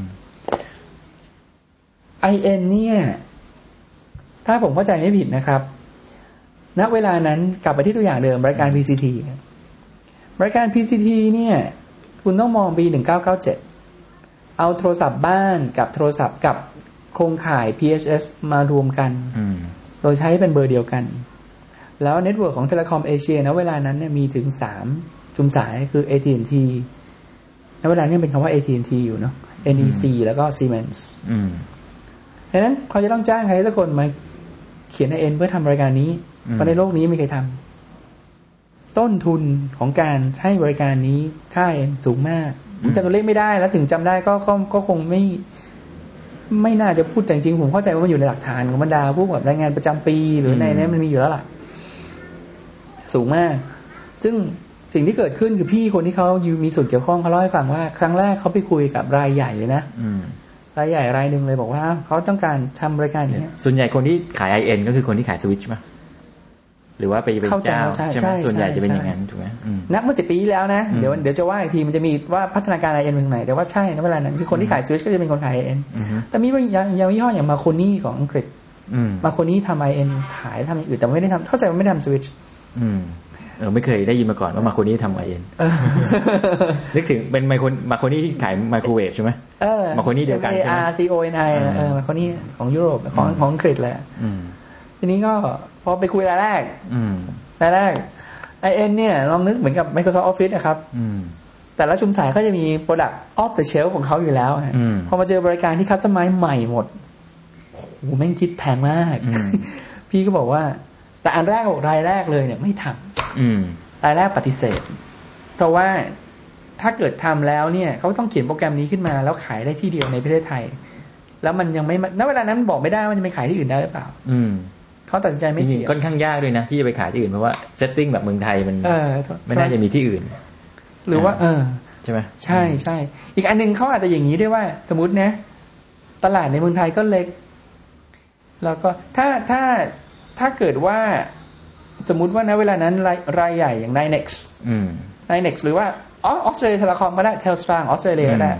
ไอ เอ็น เนี่ยถ้าผมเข้าใจไม่ผิดนะครับณเวลานั้นกลับไปที่ตัวอย่างเดิมบริการ พี ซี ที บริการ พี ซี ที เนี่ยคุณต้องมองปีหนึ่งเก้าเก้าเจ็ดเอาโทรศัพท์บ้านกับโทรศัพท์กับโครงข่าย พี เอช เอส มารวมกันโดยใช้เป็นเบอร์เดียวกันแล้วเน็ตเวิร์คของเทเลคอมเอเชียณเวลานั้นเนี่ยมีถึงสามจุมสายคือ เอ ที แอนด์ ที ณเวลานี้เป็นคำว่า เอ ที แอนด์ ที อยู่เนาะ เอ็น อี ซี แล้วก็ Siemens ดังนั้นเขาจะต้องจ้างใครสักคนมาเขียน ไอ เอ็น เพื่อทำบริการนี้เพราะในโลกนี้ไม่เคยทำต้นทุนของการให้บริการนี้ค่า ไอ เอ็น สูงมากผมจำตัวเลขไม่ได้แล้วถึงจำได้ก็ก็ก็คงไม่ไม่น่าจะพูดแต่จริงผมเข้าใจว่ามันอยู่ในหลักฐานของบรรดาพวกแบบรายงานประจำปีหรือในนี้มันมีอยู่แล้วล่ะสูงมากซึ่งสิ่งที่เกิดขึ้นคือพี่คนที่เขามีส่วนเกี่ยวข้องเขาเล่าให้ฟังว่าครั้งแรกเขาไปคุยกับรายใหญ่เลยนะรายใหญ่รายหนึ่งเลยบอกว่าเขาต้องการทำบริการอย่างนี้ส่วนใหญ่คนที่ขาย ไอ เอ็น ก็คือคนที่ขายสวิตช์ป่ะหรือว่าไปเป็นเจ้าใช่ไหมส่วนใหญ่จะเป็นอย่างนั้นถูกไหมนับเมื่อสิบปีแล้วนะเดี๋ยวเดี๋ยวจะว่าอีกทีมันจะมีว่าพัฒนาการ ไอ เอ็น เป็นไงแต่ว่าใช่ในเวลานั้นคือคนที่ขายสวิตช์ก็จะเป็นคนขาย ไอ เอ็น แต่มีอย่างอย่างยี่ห้ออย่างมาโคนี่ของอังกฤษมาโคนี่ทำ ไอ เอ็น ขายทำอย่างอื่นแต่ไม่ได้ทำเข้าใจว่าไม่ได้ทำสวิตช์เออไม่เคยได้ยินมาก่อนว่ามาโคนี่ทำ ไอ เอ็น นึกถึงเป็นไมโครมาโคนี่ที่ขายไมโครเวฟใช่ไหมมาโคนี่เดียวกันใช่ไหมอาร์ ซี โอ เอ็น ไอ เออมาโคนี่ของยุโรปของของอังกฤษแหละทีนี้ก็พอไปคุยรายแรกรายแรก ไอ เอ็น เนี่ยลองนึกเหมือนกับ Microsoft Office นะครับแต่ละชุมสายก็จะมี Product off the shelf ของเขาอยู่แล้วพอมาเจอบริการที่คัสตอมไมซ์ใหม่หมดโอ้โหแม่งคิดแพงมากพี่ก็บอกว่าแต่อันแรกรายแรกเลยเนี่ยไม่ทำรายแรกปฏิเสธเพราะว่าถ้าเกิดทำแล้วเนี่ยเขาต้องเขียนโปรแกรมนี้ขึ้นมาแล้วขายได้ที่เดียวในประเทศไทยแล้วมันยังไม่ณเวลานั้นบอกไม่ได้ว่าจะไปขายที่อื่นได้หรือเปล่าเขาตัดสินใจไม่เสี่ยงค่อนข้างยากด้วยนะที่จะไปขายที่อื่นเพราะว่าเซตติ้งแบบเมืองไทยมันไม่น่าจะมีที่อื่นหรือว่าเออใช่ไหมใช่ใช่อีกอันนึงเขาอาจจะอย่างนี้ด้วยว่าสมมตินะตลาดในเมืองไทยก็เล็กแล้วก็ถ้าถ้าถ้าเกิดว่าสมมุติว่าณเวลานั้นรายรายใหญ่อย่าง ไนเน็กซ์ ไนเน็กซ์ หรือว่าอ๋อออสเตรเลียเทเลคอมก็ได้ Telstra ออสเตรเลียก็ได้ถ้า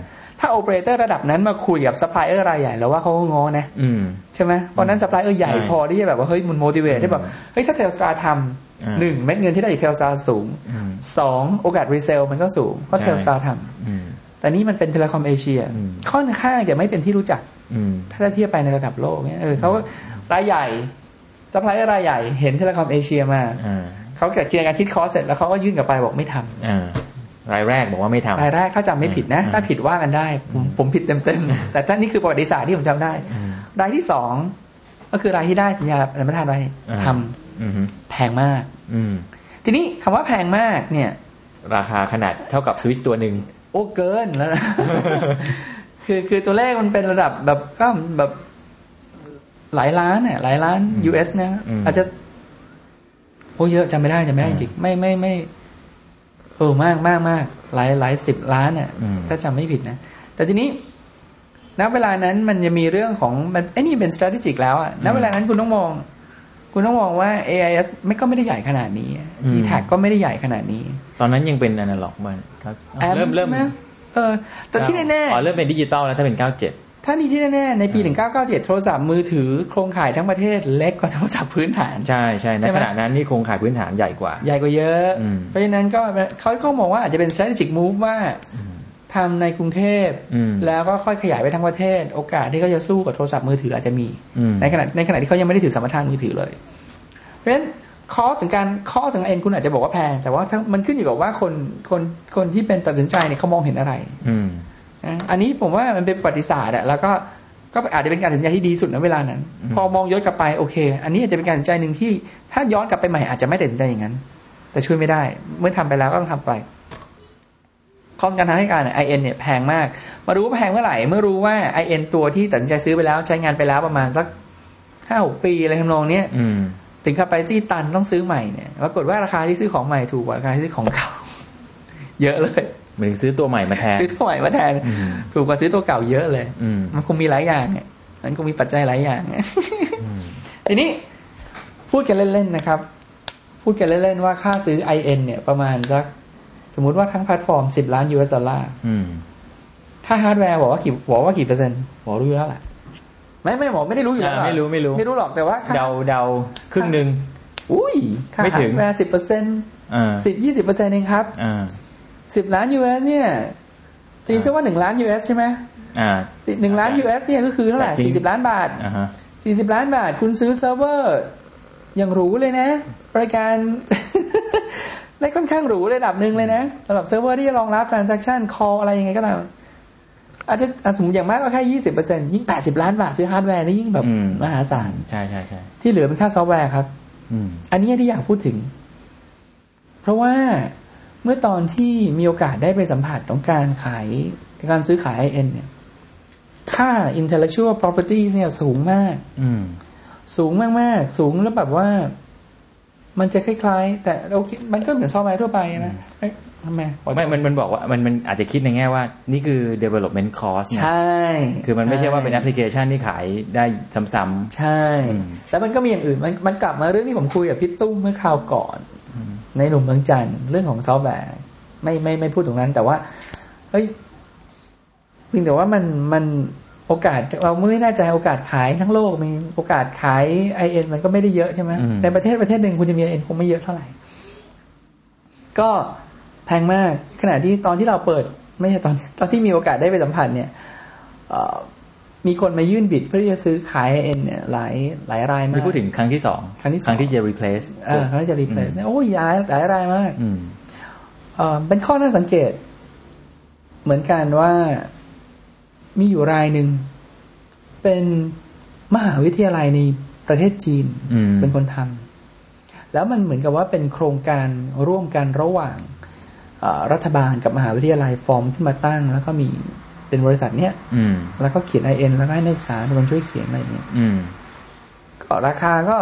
ถ้าโอเปอเรเตอร์ระดับนั้นมาคุยกับซัพพลายเออร์รายใหญ่แล้วว่าเขาก็ง้อนะใช่ไหมเพราะนั้นซัพพลายเออร์ใหญ่พอที่จะแบบว่าเฮ้ยมัน motivate ได้แบบเฮ้ยถ้าเทลสตาร์ทำหนึ่งเม็ดเงินที่ได้จากเทลสตาร์สูงสองโอกาสรีเซลมันก็สูงเพราะเทลสตาร์ทำแต่นี่มันเป็นเทเลคอมเอเชียค่อนข้างจะไม่เป็นที่รู้จักถ้าเทียบไปในระดับโลกเนี่ยเออเขารายใหญ่ซัพพลายเออร์รายใหญ่เห็นเทเลคอมเอเชียมาเขาเกิดการคิดคอสเสร็จแล้วเขาก็ยื่นกลับไปบอกไม่ทำรายแรกบอกว่าไม่ทำรายแรกเขาจำไม่ผิดนะถ้าผิดว่ากันได้ผมผมผิดเต็มๆแต่ถ้านี่คือประวัติศาสตร์ที่ผมจำได้รายที่สองก็คือรายที่ได้สัญญาสัมปทานไปทำแพงมากทีนี้คำว่าแพงมากเนี่ยราคาขนาดเท่ากับสวิตช์ตัวหนึ่งโอ้เกินแล้วนะ คือคือตัวเลขมันเป็นระดับแบบก็แบบหลายล้านเนี่ยหลายล้าน ยู เอส นะอาจจะโอ้เยอะจำไม่ได้จำไม่ได้จริงไม่ไม่ไม่เออมากมากมากหลายหลายสิบล้านเนี่ยถ้าจำไม่ผิดนะแต่ทีนี้ณเวลานั้นมันจะมีเรื่องของมันไอ้นี่เป็น strategic แล้วอ่ะณเวลานั้นคุณต้องมองคุณต้องมองว่า เอ ไอ เอส ไม่ก็ไม่ได้ใหญ่ขนาดนี้ ดี แท็ก ก็ไม่ได้ใหญ่ขนาดนี้ตอนนั้นยังเป็น analog มันเริ่มเริ่มเออแต่ที่แน่ๆอ๋อเริ่มเป็นดิจิตอลแล้วถ้าเป็นเก้าสิบเจ็ดถ้านี่ที่แน่ๆในปีหนึ่งพันเก้าร้อยเก้าสิบเจ็ดโทรศัพท์มือถือโครงข่ายทั้งประเทศเล็กกว่าโทรศัพท์พื้นฐานใช่ใช่ในขณะนั้นนี่โครงข่ายพื้นฐานใหญ่กว่าใหญ่กว่าเยอะเพราะฉะนั้นก็เขาก็มองว่าอาจจะเป็น strategic move ว่าทำในกรุงเทพแล้วก็ค่อยขยายไปทั้งประเทศโอกาสที่เขาจะสู้กับโทรศัพท์มือถืออาจจะมีในขณะในขณะที่เขายังไม่ได้ถือสัมปทานมือถือเลยเพราะฉะนั้นคอสของการคอสของเอ็นคุณอาจจะบอกว่าแพงแต่ว่ามันขึ้นอยู่กับว่าคนคนคนที่เป็นตัดสินใจเนี่ยเขามองเห็นอะไรอันนี้ผมว่ามันเป็นประวัติศาสตร์อะแล้วก็ก็อาจจะเป็นการตัดสินใจที่ดีสุดในเวลานั้นพอมองย้อนกลับไปโอเคอันนี้อาจจะเป็นการตัดสินใจหนึ่งที่ถ้าย้อนกลับไปใหม่อาจจะไม่ตัดสินใจอย่างนั้นแต่ช่วยไม่ได้เมื่อทำไปแล้วก็ต้องทำไปคอสการทำให้การไอเอ็นเนี่ยแพงมากมารู้ว่าแพงเมื่อไหร่เมื่อรู้ว่า ไอ เอ็น ตัวที่ตัดสินใจซื้อไปแล้วใช้งานไปแล้วประมาณสัก ห้าหก ปีอะไรทำนองนี้ถึง capacity ตันต้องซื้อใหม่เนี่ยปรากฏว่าราคาที่ซื้อของใหม่ถูกกว่าราคาที่ซื้อของเก่าเยอะเลยเหมือนซื้อตัวใหม่มาแทนซื้อตัวใหม่มาแทนถูกกว่าซื้อตัวเก่าเยอะเลยมันคงมีหลายอย่างเนี่ยมันคงมีปัจจัยหลายอย่างทีนี้พูดกันเล่นๆนะครับพูดกันเล่นๆว่าค่าซื้อ ไอ เอ็น เนี่ยประมาณสักสมมุติว่าทั้งแพลตฟอร์มสิบล้าน ยู เอส ดอลลาร์ถ้าฮาร์ดแวร์บอกว่ากี่บอกว่ากี่เปอร์เซ็นต์บอกรู้แล้วแหละไม่ไม่หมอไม่ได้รู้อยู่แล้วไม่รู้ไม่รู้ไม่รู้หรอกแต่ว่าเดาเดาครึ่งนึงอุ้ยไม่ถึงฮาร์ดแวร์ สิบเปอร์เซ็นต์ สิบ ยี่สิบเปอร์เซ็นต์ เองครับสิบล้าน ยู เอส เนี่ยตีซะว่าหนึ่งล้าน ยู เอส ใช่ไหมอ่าหนึ่งล้าน ยู เอส เนี่ยก็คือเท่าไหร่สี่สิบล้านบาทอ่าฮะสี่สิบล้านบาทคุณซื้อเซิร์ฟเวอร์อย่างหรูเลยนะบริการได้ค่อนข้างหรูระดับนึงเลยนะสำหรับเซิร์ฟเวอร์ที่จะรองรับ transaction call อะไรยังไงก็ตามอาจจะสมมุติอย่างมากก็แค่ ยี่สิบเปอร์เซ็นต์ ยิ่งแปดสิบล้านบาทซื้อฮาร์ดแวร์นี่ยิ่งแบบมหาศาลใช่ๆๆที่เหลือเป็นค่าซอฟต์แวร์ครับอันนี้ที่อยากพูดถึงเพราะว่าเมื่อตอนที่มีโอกาสได้ไปสัมผัสของการขายการซื้อขาย ไอ เอ็น เนี่ยค่า intellectual property เนี่ยสูงมากสูงมากๆสูงแล้วแบบว่ามันจะคล้ายๆแต่โอเคมันก็เหมือนซอฟต์แวร์ทั่วไปนะทำไมไม่มันมันบอกว่ามันมันอาจจะคิดในแง่ว่านี่คือ development cost ใช่คือมันไม่ใช่ว่าเป็นแอปพลิเคชันที่ขายได้ซ้ำๆใช่แล้วมันก็มีอย่างอื่นมันมันกลับมาเรื่องที่ผมคุยกับพี่ตุ้มเมื่อคราวก่อนในหนุ่มเมืองจันทร์เรื่องของซอฟต์แวร์ไม่ไม่ไม่พูดตรงนั้นแต่ว่าเฮ้ยเพียงแต่ว่ามันมันโอกาสเราไม่แน่ใจโอกาสขายทั้งโลกมีโอกาสขาย ไอ เอ็น มันก็ไม่ได้เยอะใช่ไหมในประเทศประเทศหนึ่งคุณจะมี ไอ เอ็น คงไม่เยอะเท่าไหร่ก็แพงมากขณะที่ตอนที่เราเปิดไม่ใช่ตอนตอนที่มีโอกาสได้ไปสัมผัสเนี่ยมีคนมายื่นบิดเพื่อที่จะซื้อขาย ไอ เอ็น เนี่ยหลายหลายรายมากไม่พูดถึงครั้งที่สองครั้งที่สองครั้งที่จะ replace เออครั้งที่จะ replace โอ้ยหลายหลายรายมากเออเป็นข้อน่าสังเกตเหมือนกันว่ามีอยู่รายหนึ่งเป็นมหาวิทยาลัยในประเทศจีนเป็นคนทำแล้วมันเหมือนกับว่าเป็นโครงการร่วมกันระหว่างรัฐบาลกับมหาวิทยาลัยฟอร์มขึ้นมาตั้งแล้วก็มีเป็นบริษัทเนี้ยแล้วก็เขียน ไอ เอ็น แล้วก็ให้นักศึกษาเป็นคนช่วยเขียนอะไรเงี้ยก็ราคาก็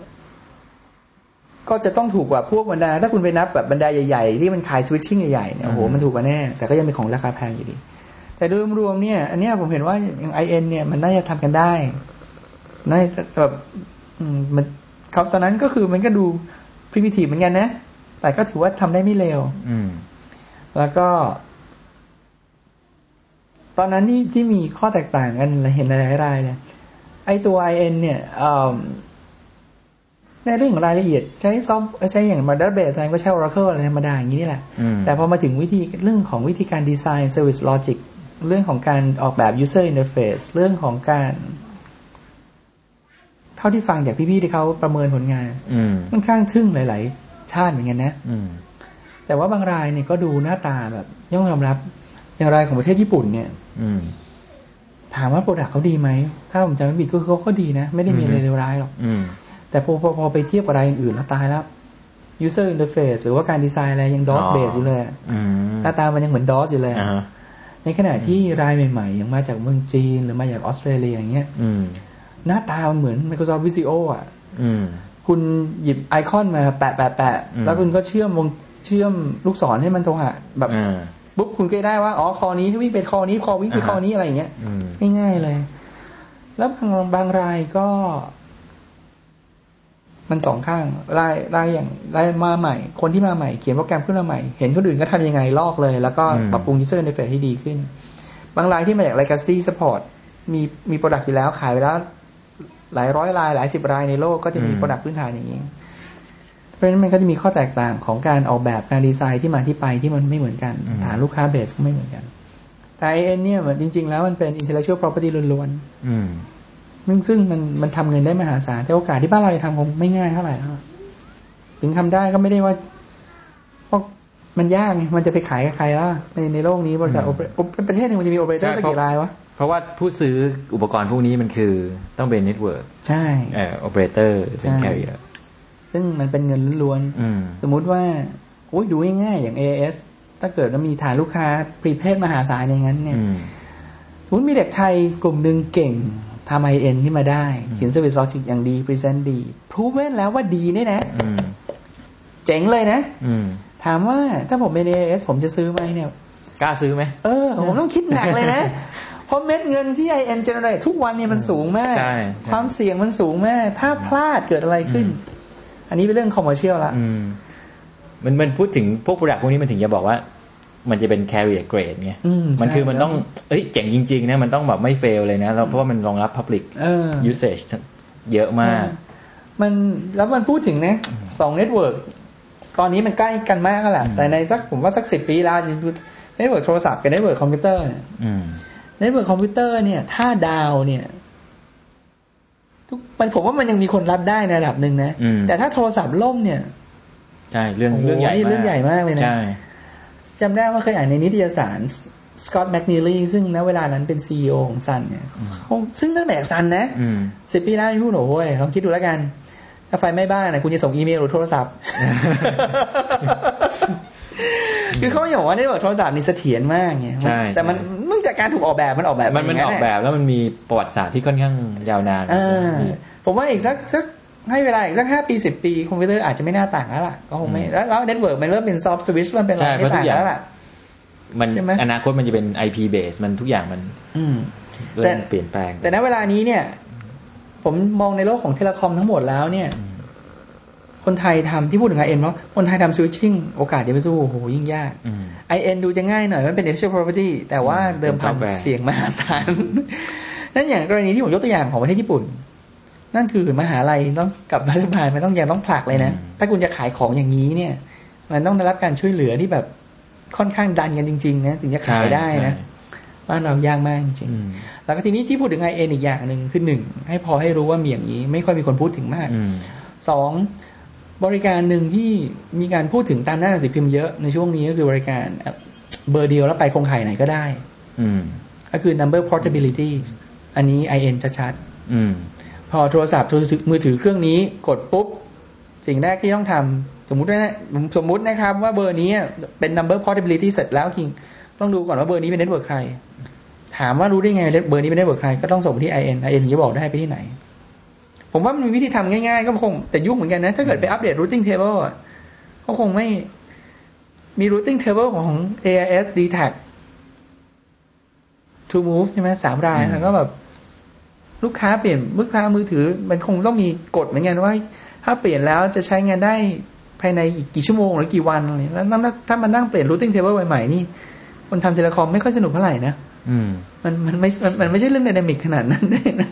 ก็จะต้องถูกกว่าพวกบรรดาถ้าคุณไปนับแบบบรรดาใหญ่ๆที่มันขายสวิตชิ่งใหญ่ๆเนี่ยโอ้โหมันถูกกว่าแน่แต่ก็ยังเป็นของราคาแพงอยู่ดีแต่โดยรวมเนี่ยอันนี้ผมเห็นว่าอย่าง ไอ เอ็น เนี่ยมันน่าจะทำกันได้น่าจะแบบมันเขาตอนนั้นก็คือมันก็ดูพรีมิทีฟเหมือนกันนะแต่ก็ถือว่าทำได้ไม่เลวแล้วก็ตอนนั้นที่ที่มีข้อแตกต่างกันเห็นหลายรายเลยไอตัว ไอ เอ็น เนี่ยในเรื่องของรายละเอียดใช้ซอฟใช้อย่าง Database อะไรก็ใช้ Oracle อะไรธรรมดาอย่างนี้นี่แหละแต่พอมาถึงวิธีเรื่องของวิธีการดีไซน์ Service Logic เรื่องของการออกแบบ User Interface เรื่องของการเท่าที่ฟังจากพี่ๆที่เขาประเมินผลงานค่อนข้างทึ่งหลายๆชาติเหมือนกันนะแต่ว่าบางรายเนี่ยก็ดูหน้าตาแบบย่อมยอมรับอย่างรายของประเทศญี่ปุ่นเนี่ยถามว่าโปรดักต์เขาดีไหมถ้าผมจำไม่ผิดก็เขาก็ดีนะไม่ได้มีอะไรเลวร้ายหรอกแต่พอพอพอไปเทียบกับรายอื่นๆแล้วตายแล้ว user interface หรือว่าการดีไซน์อะไรยัง ดอส base อยู่เลยหน้าตามันยังเหมือน ดอส อยู่เลยในขณะที่รายใหม่ๆอย่างมาจากเมืองจีนหรือมาจากออสเตรเลียอย่างเงี้ยหน้าตามันเหมือน Microsoft Visio อ่ะคุณหยิบไอคอนมาแปะแปะแปะแล้วคุณก็เชื่อมวงเชื่อมลูกศรให้มันโทรหาแบบปุ๊บคุณก็ได้ว่าอ๋อคอนี้วิ่งไปคอนี้คอวิ่งไปคอนี้อะไรอย่างเงี้ยง่ายๆเลยแล้วบางบางรายก็มันสองข้างรายรายอย่างรายมาใหม่คนที่มาใหม่เขียนโปรแกรมขึ้นมาใหม่เห็นคนอื่นก็ทำยังไงลอกเลยแล้วก็ปรับปรุง user interface ให้ดีขึ้นบางรายที่มาจาก legacy support มีมี product อยู่แล้วขายไปแล้วหลายร้อยรายหลายสิบรายในโลกก็จะมี product พื้นฐานอย่างนี้เพราะฉะนั้นมันก็จะมีข้อแตกต่างของการออกแบบการดีไซน์ที่มาที่ไปที่มันไม่เหมือนกันฐานลูกค้าเบสก็ไม่เหมือนกันแต่ ไอ เอ็น เนี่ยจริงๆแล้วมันเป็น intellectual property ล้วนๆซึ่งซึ่งมันมันทำเงินได้มหาศาลแต่โอกาสที่บ้านเราจะทำคงไม่ง่ายเท่าไหร่ถึงทำได้ก็ไม่ได้ว่าเพราะมันยากไงมันจะไปขายกับใครล่ะในในโลกนี้บริษัทประเทศนึงมันจะมีโอเปอเรเตอร์สักกี่รายวะเพราะว่าผู้ซื้ออุปกรณ์พวกนี้มันคือต้องเป็นเน็ตเวิร์กใช่เอ่อโอเปอเรเตอร์เป็นแคริเออร์ซึ่งมันเป็นเงินล้วนๆสมมุติว่าโอ้ยดูง่ายๆอย่าง เอ เอส ถ้าเกิดว่ามีฐานลูกค้าพรีเพดมหาศาลอย่างนั้นเนี่ยสมมติมีเด็กไทยกลุ่มนึงเก่งทำ ไอ เอ็น ขึ้นมาได้เขียน Service Logic อย่างดี Present ดี Proven แล้วว่าดีเนี่ยนะเจ๋งเลยนะถามว่าถ้าผมเป็น เอ เอส ผมจะซื้อไหมเนี่ยกล้าซื้อไหมเออผมต้องคิดหนักเลยนะเพราะเม็ดเงินที่ ไอ เอ็น generate ทุกวันเนี่ยมันสูงมากความเสี่ยงมันสูงมากถ้าพลาดเกิดอะไรขึ้นอันนี้เป็นเรื่อง commercial ละมันมันพูดถึงพวก product พวกนี้มันถึงจะบอกว่ามันจะเป็น carrier grade ไงมันคือมันต้องเอ้ยเจ๋งจริงๆนะมันต้องแบบไม่ fail เลยนะเพราะว่ามันรองรับ public usage เยอะมากมันแล้วมันพูดถึงนะสอง network ตอนนี้มันใกล้กันมากแล้วแหละแต่ในสักผมว่าสักสิบปีแล้วเน็ตเวิร์กโทรศัพท์กับเน็ตเวิร์กคอมพิวเตอร์เน็ตเวิร์กคอมพิวเตอร์เนี่ยถ้าดาวเนี่ยทุกมันผมว่ามันยังมีคนรับได้ในระดับหนึ่งนะแต่ถ้าโทรศัพท์ล่มเนี่ยใช่เรื่องเรื่องใหญ่มากเรื่องใหญ่มากเลยนะจำได้ว่าเคยอ่านในนิตยสารสกอตต์แมคนีลีซึ่งณเวลานั้นเป็น ซี อี โอ ของซันเนี่ยเขาซึ่งนั่นแบกซันนะสิบปีแล้วพูดโอ้ยลองคิดดูแล้วกันถ้าไฟไหม้บ้านนะคุณจะส่งอีเมลหรือโทรศัพท์คือเขาอย่างว่าเน็ตเวิร์กโทรศัพท์นี่เสถียรมากไงแต่มันเนื่องจากการถูกออกแบบมันออกแบบมันมันออกแบบแล้วมันมีประวัติศาสตร์ที่ค่อนข้างยาวนานผมว่าอีกสักสักให้เวลาอีกสักห้าปีสิบปีคอมพิวเตอร์อาจจะไม่น่าต่างแล้วล่ะก็คงไม่แล้วเน็ตเวิร์กมันเริ่มเป็นซอฟต์สวิตช์เริ่มเป็นอะไรไม่ต่างแล้วล่ะมันอนาคตมันจะเป็น ไอ พี base มันทุกอย่างมันเริ่มเปลี่ยนแปลงแต่ณเวลานี้เนี่ยผมมองในโลกของเทเลคอมทั้งหมดแล้วเนี่ยคนไทยทำที่พูดถึง ไอ เอ็น เพราะคนไทยทำ switching โอกาสจะไปสู้โอ้โหยิ่งยาก ไอ เอ็น ดูจะง่ายหน่อยมันเป็น intellectual property แต่ว่าเดิมพันเสี่ยงมหาศาลนั่นอย่างกรณีที่ผมยกตัวอย่างของประเทศญี่ปุ่นนั่นคือมหาลัยต้องกับรัฐบาลมันต้องยังต้องผลักเลยนะถ้าคุณจะขายของอย่างนี้เนี่ยมันต้องได้รับการช่วยเหลือที่แบบค่อนข้างดันกันจริงๆนะถึงจะขายได้นะบ้านเรายากมากจริงแล้วก็ทีนี้ที่พูดถึง ไอ เอ็น อีกอย่างนึงคือหนึ่งให้พอให้รู้ว่ามีอย่างนี้ไม่ค่อยมีคนพูดถึงมากสองบริการหนึ่งที่มีการพูดถึงตามหน้าหนังสือพิมพ์เยอะในช่วงนี้ก็คือบริการเบอร์เดียวแล้วไปโครงข่ายไหนก็ได้ก็คือ number portability อันนี้ ไอ เอ็น ชัดๆพอโทรศัพท์มือถือเครื่องนี้กดปุ๊บสิ่งแรกที่ต้องทำสมมุตินะสมมุตินะครับว่าเบอร์นี้เป็น number portability เสร็จแล้วคิงต้องดูก่อนว่าเบอร์นี้เป็นเน็ตเวิร์กใครถามว่ารู้ได้ไงเบอร์นี้เป็นเน็ตเวิร์กใครก็ต้องส่งไปที่ ไอ เอ็น ไอ เอ็น ถึงจะบอกได้ไปที่ไหนผมว่ามันมีวิธีทำง่ายๆก็คงแต่ยุ่งเหมือนกันนะถ้าเกิดไปอัปเดต routing table อ่ะก็คงไม่มี routing table ของ เอ ไอ เอส ดี แท็ก To Move ใช่ไหมสามรายแล้วก็แบบลูกค้าเปลี่ยนลูกค้ามือถือมันคงต้องมีกฎเหมือนกันว่าถ้าเปลี่ยนแล้วจะใช้งานได้ภายในอีกกี่ชั่วโมงหรือกี่วันอะไรแล้วถ้ามันนั่งเปลี่ยน routing table ใหม่ๆนี่คนทำเทเลคอมไม่ค่อยสนุกเท่าไหร่นะมันมันไม่มันมันไม่ใช่เรื่องไดนามิกขนาดนั้นเลยนะ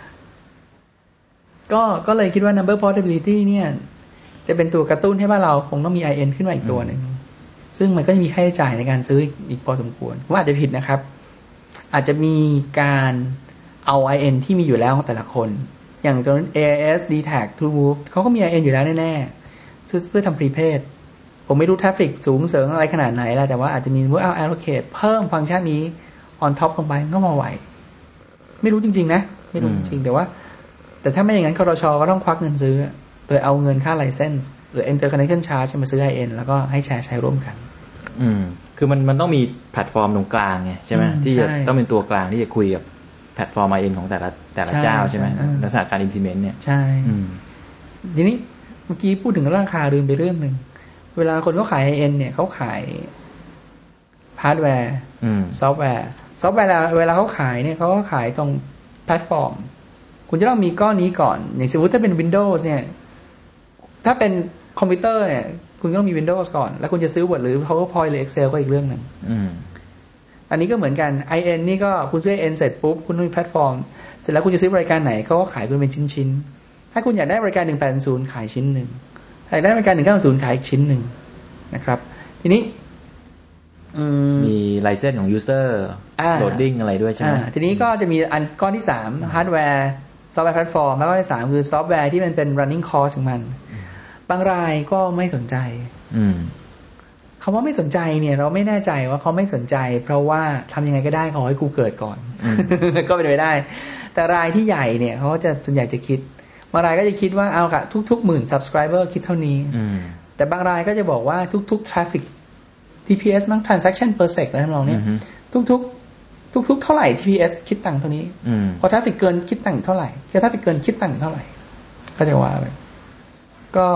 ก็ก็เลยคิดว่า number portability เนี่ยจะเป็นตัวกระตุ้นให้ว่าเราคงต้องมี ไอ เอ็น ขึ้นมาอีกตัวหนึ่งซึ่งมันก็มีค่าใช้จ่ายในการซื้ออีกพอสมควรว่าอาจจะผิดนะครับอาจจะมีการเอา ไอ เอ็น ที่มีอยู่แล้วของแต่ละคนอย่างตัว เอ ไอ เอส ดี แท็ก True Move เขาก็มี ไอ เอ็น อยู่แล้วแน่ๆซื้อเพื่อทำ prepaid ผมไม่รู้ traffic สูงเสริงอะไรขนาดไหนแล้วแต่ว่าอาจจะมีว่าเอา allocate เพิ่มฟังก์ชันนี้ on top ลงไปก็มาไหวไม่รู้จริงๆนะไม่รู้จริงๆแต่ว่าแต่ถ้าไม่อย่างนั้นครช.ก็ต้องควักเงินซื้อโดยเอาเงินค่า license หรือ interconnection charge มาซื้อ ไอ เอ็น แล้วก็ให้แชร์ใช้ร่วมกันอืมคือมันมันต้องมีแพลตฟอร์มตรงกลางไงใช่ไหมที่จะต้องเป็นตัวกลางที่จะคุยกับแพลตฟอร์ม ไอ เอ็น ของแต่ละแต่ละเจ้าใช่ไหมลักษณะการ implement เนี่ยใช่ทีนี้เมื่อกี้พูดถึงราคาลืมไปเรื่องหนึ่งเวลาคนเขาขาย ไอ เอ็น เนี่ยเขาขายฮาร์ดแวร์ซอฟต์แวร์ซอฟต์แวร์เวลาเขาขายเนี่ยเขาก็ขายตรงแพลตฟอร์มคุณจะต้องมีก้อนนี้ก่อนอย่างสมมติถ้าเป็น Windows เนี่ยถ้าเป็นคอมพิวเตอร์เนี่ยคุณต้องมี Windows ก่อนแล้วคุณจะซื้อ Word หรือ PowerPoint หรือ Excel ก็อีกเรื่องนึงอันนี้ก็เหมือนกัน ไอ เอ็น นี่ก็คุณซื้อ ไอ เอ็น เสร็จปุ๊บคุณต้องมีแพลตฟอร์มเสร็จแล้วคุณจะซื้อบริการไหนเขาก็ขายคุณเป็นชิ้นๆถ้าคุณอยากได้บริการหนึ่งแปดศูนย์ขายชิ้นนึงถ้าอยากได้บริการหนึ่งเก้าศูนย์ขายอีกชิ้นนึงนะครับทีนี้มีไลเซนส์ของ user loading อะไรด้วยใช่ไหมทีนี้ก็จะมีอันก้อนที่สามฮาร์ดแวร์ซอฟต์แวร์แพลตฟอร์มแล้วก็ที่สามคือซอฟต์แวร์ที่มันเป็น running cost ของมันบางรายก็ไม่สนใจคำว่าไม่สนใจเนี่ยเราไม่แน่ใจว่าเขาไม่สนใจเพราะว่าทำยังไงก็ได้ขอให้กูเกิดก่อน ก็เป็นไปได้แต่รายที่ใหญ่เนี่ยเขาจะส่วนใหญ่จะคิดบางรายก็จะคิดว่าเอาค่ะทุกๆหมื่น subscriber คิดเท่านี้แต่บางรายก็จะบอกว่าทุกๆ traffic ที พี เอส มั้ง transaction per sec อะไรทำนองนี้ทุกๆทุกๆเท่าไหร่ ที พี เอส คิดตังค์เท่านี้พอ traffic เกินคิดตังค์เท่าไหร่ถ้า traffic เกินคิดตังค์เท่าไหร่ก็จะว่าไปก็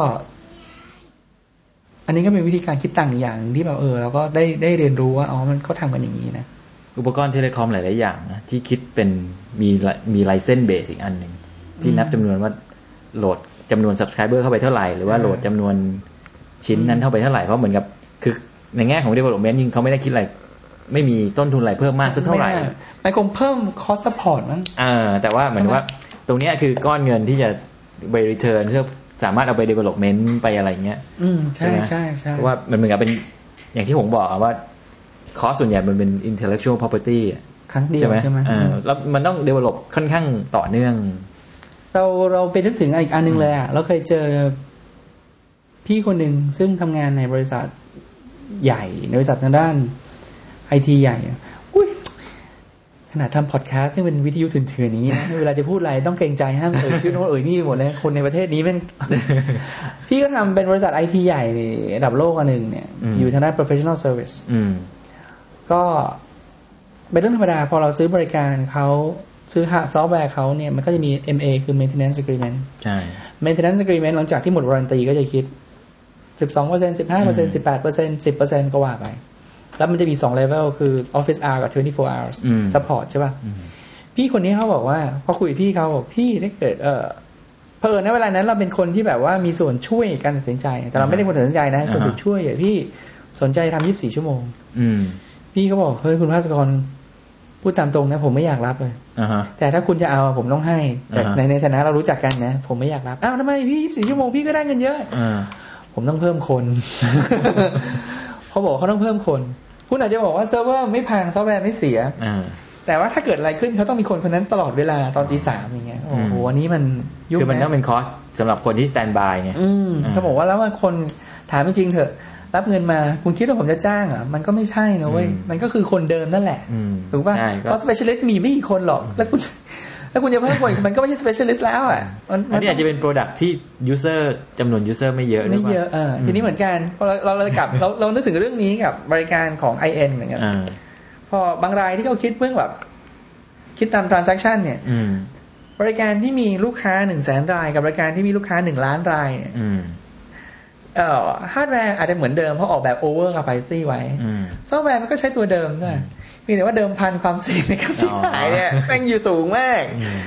อันนี้ก็เป็นวิธีการคิดตังค์อย่างที่แบบเออเราก็ได้ได้เรียนรู้ว่าอ๋อมันเขาทำกันอย่างนี้นะอุปกรณ์เทเลคอมหลายๆอย่างนะที่คิดเป็นมีมีไลเซนส์เบสอีกอันหนึ่งที่นับจำนวนว่าโหลดจำนวน subscriber เข้าไปเท่าไหร่หรือว่าโหลดจำนวนชิ้นนั้นเข้าไปเท่าไหร่เพราะเหมือนกับคือในแง่ของ development ยิ่งเขาไม่ได้คิดอะไรไม่มีต้นทุนอะไรเพิ่มมากสักเท่าไหร่ไม่คงเพิ่ม cost support มั้งอ่าแต่ว่าเหมือนว่าตรงนี้คือก้อนเงินที่จะไป return เพื่อสามารถเอาไป development ไปอะไรเงี้ยอืมใช่ใช่ใช่เพราะว่ามันเหมือนกับเป็นอย่างที่ผมบอกว่าคอสส่วนใหญ่มันเป็น intellectual property ครั้งเดียวใช่ไหมอ่าแล้วมันต้อง develop ค่อนข้างต่อเนื่องเราเราไปนึกถึงอีกอันนึงเลยอ่ะเราเคยเจอพี่คนหนึ่งซึ่งทำงานในบริษัทใหญ่ในบริษัททางด้านไอทีใหญ่อุ้ยขนาดทำพอดแคสต์ซึ่งเป็นวิทยุถื่นๆนี้นะเวลาจะพูดอะไรต้องเกรงใจห้ามเอ่ยชื่อโน้นเอ่ยนี่หมดเลยคนในประเทศนี้เป็น พี่ก็ทำเป็นบริษัทไอทีใหญ่ระดับโลกอันหนึ่งเนี่ยอยู่ทางด้าน professional service ก็เป็นเรื่องธรรมดาพอเราซื้อบริการเขาซื้อซอฟต์แวร์เขาเนี่ยมันก็จะมี เอ็ม เอ คือ maintenance agreement ใช่ maintenance agreement หลังจากที่หมดวารันตีก็จะคิด สิบสองเปอร์เซ็นต์ สิบห้าเปอร์เซ็นต์ สิบแปดเปอร์เซ็นต์ สิบเปอร์เซ็นต์ ก็ว่าไปแล้วมันจะมีสอง level คือ office hour กับtwenty-four hours support ใช่ป่ะพี่คนนี้เขาบอกว่าพอคุยกับพี่เขาบอกพี่ได้เกิดเออเผอิญในเวลานั้นเราเป็นคนที่แบบว่ามีส่วนช่วยการตัดสินใจแต่เราไม่ได้คนตัดสินใจนะคนส่วนช่วยอ่ะพี่สนใจทำยี่สิบสี่ชั่วโมงพี่เขาบอกเฮ้ยคุณภาสกรพูดตามตรงนะผมไม่อยากรับเลย uh-huh. แต่ถ้าคุณจะเอาผมต้องให้แต่ uh-huh. ในในฐานะเรารู้จักกันนะผมไม่อยากรับอ้าวทำไมพี่ยี่สิบสี่ชั่วโมงพี่ก็ได้เงินเยอะ uh-huh. ผมต้องเพิ่มคน เขาบอกเขาต้องเพิ่มคนคุณอาจจะบอกว่าเซิร์ฟเวอร์ไม่พังซอฟต์แวร์ไม่เสีย uh-huh. แต่ว่าถ้าเกิดอะไรขึ้นเขาต้องมีคนคนนั้นตลอดเวลาตอนตีสามอย่างเงี้ยโอ้โหอันนี้มันยุ่งคือมันต้องเป็นคอสสำหรับคนที่สแตนด์บายไงเขาบอกว่าแล้วว่าคนถามจริงๆเถอะรับเงินมาคุณคิดว่าผมจะจ้างอ่ะมันก็ไม่ใช่นะเว้ยมันก็คือคนเดิมนั่นแหละถูกป่ะเพราะ specialist มีไม่กี่คนหรอกแล้วคุณแล้วคุณจะเพิ่มคนมันก็ไม่ใช่ specialist แล้วอ่ะอันนี้อาจจะเป็น product ที่ user จำนวน user ไม่เยอะไม่เยอะเออทีนี้เหมือนกันพอเราเรากลับเราเรานึกถึงเรื่องนี้กับบริการของ ไอ เอ็น เหมือนกันพอบางรายที่เขาคิดเรื่องแบบคิดตาม transaction เนี่ยบริการที่มีลูกค้า หนึ่งแสน รายกับบริการที่มีลูกค้าหนึ่งล้านรายเนี่ยเอ่อฮาร์ดแวร์อาจจะเหมือนเดิมเพราะออกแบบ over capacity ไว้ซอฟต์แวร์มันก็ใช้ตัวเดิมนะเพียงแต่ว่าเดิมพันความเสี่ยงในการซื้อขายเนี่ยแม่งอยู่สูงมาก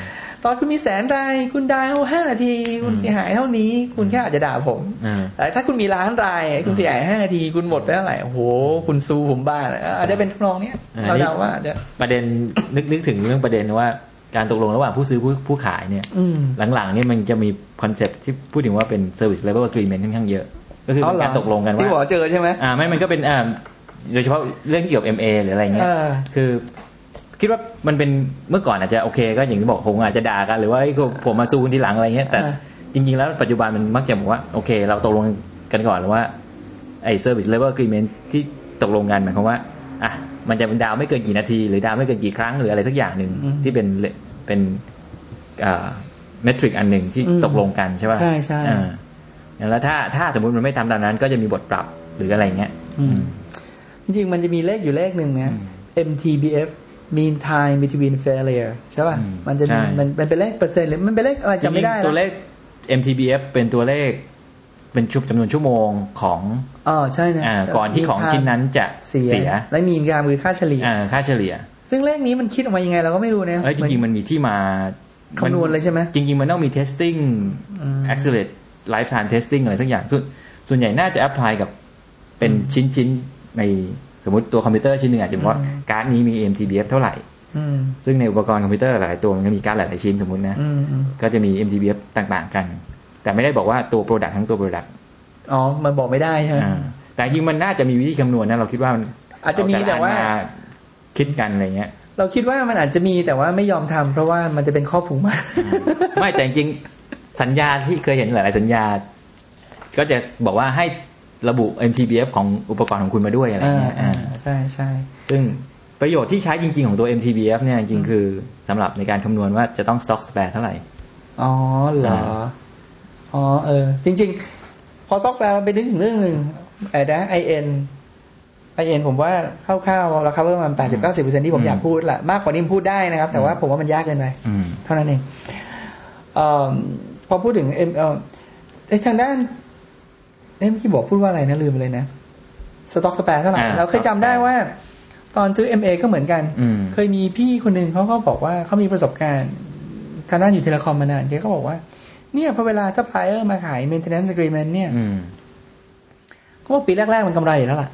ตอนคุณมีแสนรายคุณดาวห้านาทีคุณเสียหายเท่านี้คุณแค่อาจจะด่าผมแต่ถ้าคุณมีล้านรายคุณเสียหายห้านาทีคุณหมดไปเท่าไหร่โอ้โหคุณซูผมบ้าอาจจะเป็นทำนองนี้เราเดาว่าจะประเด็นนึกนึกถึงเรื่องประเด็นว่าการตกลงระหว่างผู้ซื้อผู้ผู้ขายเนี่ยหลังๆนี่มันจะมีคอนเซ็ปต์ที่พูดถึงว่าเป็น service level agreement ค่อนข้างเยอะก็คือเป็นการตกลงกันว่าที่บอกเจอใช่ไหมอ่าไม่มันก็เป็นอ่าโดยเฉพาะเรื่องที่เกี่ยวกับ เอ็ม เอ หรืออะไรเงี้ยคือคิดว่ามันเป็นเมื่อก่อนอาจจะโอเคก็อย่างที่บอกคงอาจจะด่ากันหรือว่าผมมาสู้คุณทีหลังอะไรเงี้ยแต่จริงๆแล้วปัจจุบันมันมักจะบอกว่าโอเคเราตกลงกันก่อนแล้วว่าไอ้ service level agreement ที่ตกลงกันหมายความว่าอ่ะมันจะเป็นดาวไม่เกินกี่นาทีหรือดาวไม่เกินกี่ครั้งหรืออะไรสักอย่างหนึ่งที่เป็นเป็นอ่าเมทริกอันหนึ่งที่ตกลงกันใช่ป่ะใช่ใช่อ่าแล้วถ้าถ้าสมมุติมันไม่ทำตามนั้นก็จะมีบทปรับหรืออะไรเงี้ยจริงๆมันจะมีเลขอยู่เลขหนึ่งนะ เอ็ม ที บี เอฟmean time between failure ใช่ป่ะมันจะมีมันมันเป็นเลขเปอร์เซ็นต์หรือมันเป็นเลขอะไรจำไม่ได้ตัวเลข เอ็ม ที บี เอฟ เป็นตัวเลขเป็นชุบจำนวนชั่วโมงของอ๋อใช่นะก่อนที่ของชิ้นนั้นจะเสียและ mean time คือค่าเฉลี่ยค่าเฉลี่ยซึ่งเลขนี้มันคิดออกมายังไงเราก็ไม่รู้นะจริงๆมันมีที่มาคำนวณเลยใช่ไหมจริงๆมันต้องมี testing accelerate lifetime testing อะไรสักอย่างส่วนส่วนใหญ่น่าจะ apply กับเป็นชิ้นๆในสมมติตัวคอมพิวเตอร์ชิ้นหนึ่งอาจจะบอกว่าการ์ดนี้มี เอ็ม ที บี เอฟ เท่าไหร่ซึ่งในอุปกรณ์คอมพิวเตอร์หลายตัวมันก็มีการ์ดหลายๆชิ้นสมมุตินะก็จะมี เอ็ม ที บี เอฟ ต่างๆกันแต่ไม่ได้บอกว่าตัว product ทั้งตัว product อ๋อมันบอกไม่ได้ใช่ไหมแต่จริงมันน่าจะมีวิธีคำนวณนะเราคิดว่าอาจจะมีแต่ว่าคิดกันอะไรเงี้ยเราคิดว่ามันอาจจะมีแต่ว่าไม่ยอมทำเพราะว่ามันจะเป็นข้อผูกมัดไม่แต่จริงสัญญาที่เคยเห็นหลายๆสัญญาก็จะบอกว่าให้ระบุ เอ็ม ที บี เอฟ ของอุปกรณ์ของคุณมาด้วยอะไรเงี้ยใช่ใช่ซึ่งประโยชน์ที่ใช้จริงๆของตัว เอ็ม ที บี เอฟ เนี่ยจริงๆคือสำหรับในการคำนวณว่าจะต้อง stock spare เท่าไหร่อ๋อเหรออ๋อเออจริงๆพอ stock spare มันไปนึกถึงเรื่องนึงไอ้นะ ไอ เอ็น ไอ เอ็น ผมว่าคร่าวๆเรา cover มัน แปดสิบถึงเก้าสิบเปอร์เซ็นต์ ที่ผมอยากพูดแหละมากกว่านี้พูดได้นะครับแต่ว่าผมว่ามันยากเกินไปเท่านั้นเองเอ่อพอพูดถึงเอ็มเอ่อไอ้ทางด้านเอ๊ะเมื่อกี้บอกพูดว่าอะไรนะลืมไปเลยนะสต็อกสแปร์เท่าไหร่เราเคยจำได้ว่าตอนซื้อ เอ็ม เอ ก็เหมือนกันเคยมีพี่คนนึงเขาก็บอกว่าเขามีประสบการณ์ทางด้านอยู่เทเลคอมมานานแกก็บอกว่าเนี่ยพอเวลาซัพพลายเออร์มาขาย maintenance agreement เนี่ยเขาบอกปีแรกๆมันกำไรอยู่แล้วล่ะ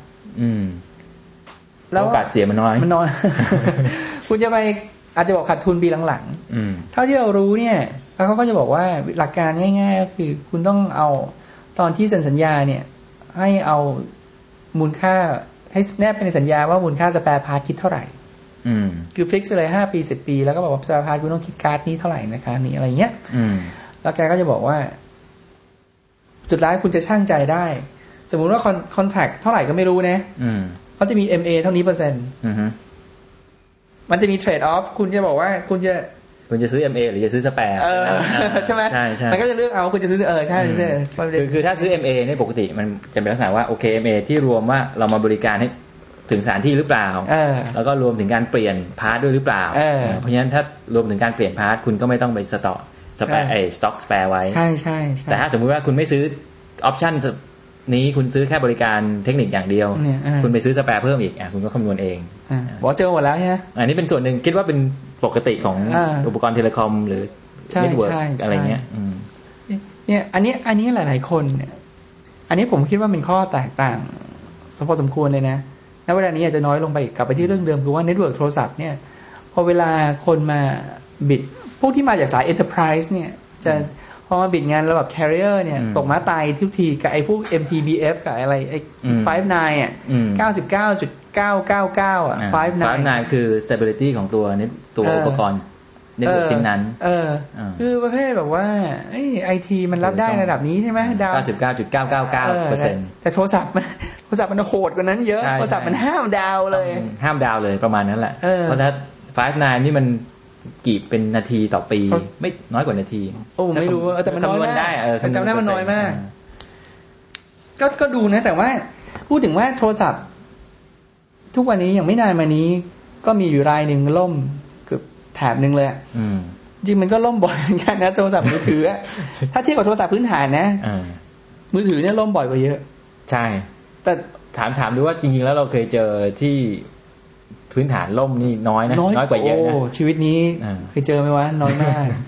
แล้วโอกาสเสียมันน้อยมันน้อย คุณจะไปอาจจะบอกขาดทุนปีหลังๆเท่าที่เรารู้เนี่ยแล้วเขาก็จะบอกว่าหลักการง่ายๆก็คือคุณต้องเอาตอนที่เซ็นสัญญาเนี่ยให้เอามูลค่าให้แนบไปในสัญญาว่ามูลค่าสแปร์พาร์ทคิดเท่าไหร่คือฟิกซ์เลยห้าปีสิบปีแล้วก็บอกว่าสแปร์พาร์ทคุณต้องคิดการ์ดนี้เท่าไหร่นะคะนี่อะไรเงี้ยแล้วแกก็จะบอกว่าสุดท้ายคุณจะชั่งใจได้สมมุติว่าคอนแทคเท่าไหร่ก็ไม่รู้นะเขาจะมี เอ็ม เอ เท่านี้เปอร์เซ็นต์มันจะมีเทรดออฟคุณจะบอกว่าคุณจะคุณจะซื้อ เอ็ม เอ หรือจะซื้อสแปร์ใช่ไหมใช่ใช่มันก็จะเลือกเอาคุณจะซื้อเออใช่ใช่คือคือถ้าซื้อ เอ็ม เอ เนี่ยปกติมันจะเป็นลักษณะว่าโอเค เอ็ม เอ ที่รวมว่าเรามาบริการให้ถึงสถานที่หรือเปล่าแล้วก็รวมถึงการเปลี่ยนพาร์ทด้วยหรือเปล่าเพราะฉะนั้นถ้ารวมถึงการเปลี่ยนพาร์ทคุณก็ไม่ต้องไปสต็อกสแปร์ไอ้สต็อกสแปร์ไว้ใช่ใช่แต่ถ้าสมมุติว่าคุณไม่ซื้อออปชั่นนี้คุณซื้อแค่บริการเทคนิคอย่างเดียวคุณไปซื้อสแปร์เพิ่มอีกอ่ะคุณก็คำนวณเองบอกเจอหมดแล้วใช่ไหมอันนี้เป็นส่วนหนึ่งคิดว่าเป็นปกติของอุปกรณ์เทเลคอมหรือเน็ตเวิร์กอะไรเงี้ยเนี่ยอันนี้อันนี้หลายๆคนเนี่ยอันนี้ผมคิดว่าเป็นข้อแตกต่างพอสมควรเลยนะณเวลานี้อาจจะน้อยลงไปกลับไปที่เรื่องเดิมคือว่าเน็ตเวิร์กโทรศัพท์เนี่ยพอเวลาคนมาบิดพวกที่มาจากสาย Enterprise เนี่ยจะพอมาบิดงานระบบ Carrier เนี่ยตกมาตายทุกทีกับไอ้พวก เอ็ม ที บี เอฟ กับอะไรไอ้ ไฟว์ ไนน์ อ่ะ เก้าสิบเก้าจุดเก้าเก้าเก้า อ่ะ ไฟว์ ไนน์ไฟว์ ไนน์ คือ stability ของตัวนี้ตัวอุปกรณ์ในบทชิ้นนั้นเออคือประเภทแบบว่าไอ้ไอทีมันรับได้ระดับนี้ใช่ไหมดาวเก้าสิบเก้าจุดเก้าเก้าเก้าเปอร์เซ็นต์แต่โทรศัพท์มันโทรศัพท์มันโหดกว่านั้นเยอะโทรศัพท์มันห้ามดาวเลยห้ามดาวเลยประมาณนั้นแหละเพราะถ้า ไฟว์ ไนน์ นี่มันกี่เป็นนาทีต่อปีไม่น้อยกว่านาทีโอ้ไม่รู้แต่มันน้อยมากแต่จำได้มันน้อยมากก็ก็ดูนะแต่ว่าพูดถึงว่าโทรศัพท์ทุกวันนี้อย่างไม่นานมานี้ก็มีอยู่รายหนึ่งล่มเกือบแถบนึงเลยจริงมันก็ล่มบ่อยเหมือนกันนะโทรศัพท์มือถือถ้าเทียบกับโทรศัพท์พื้นฐานนะมือถือเนี่ยล่มบ่อยกว่าเยอะใช่แต่ถามถามดูว่าจริงๆแล้วเราเคยเจอที่พื้นฐานล่มนี่น้อยนะน้อยกว่าเยอะนะชีวิตนี้เคยเจอไหมวะน้อยมาก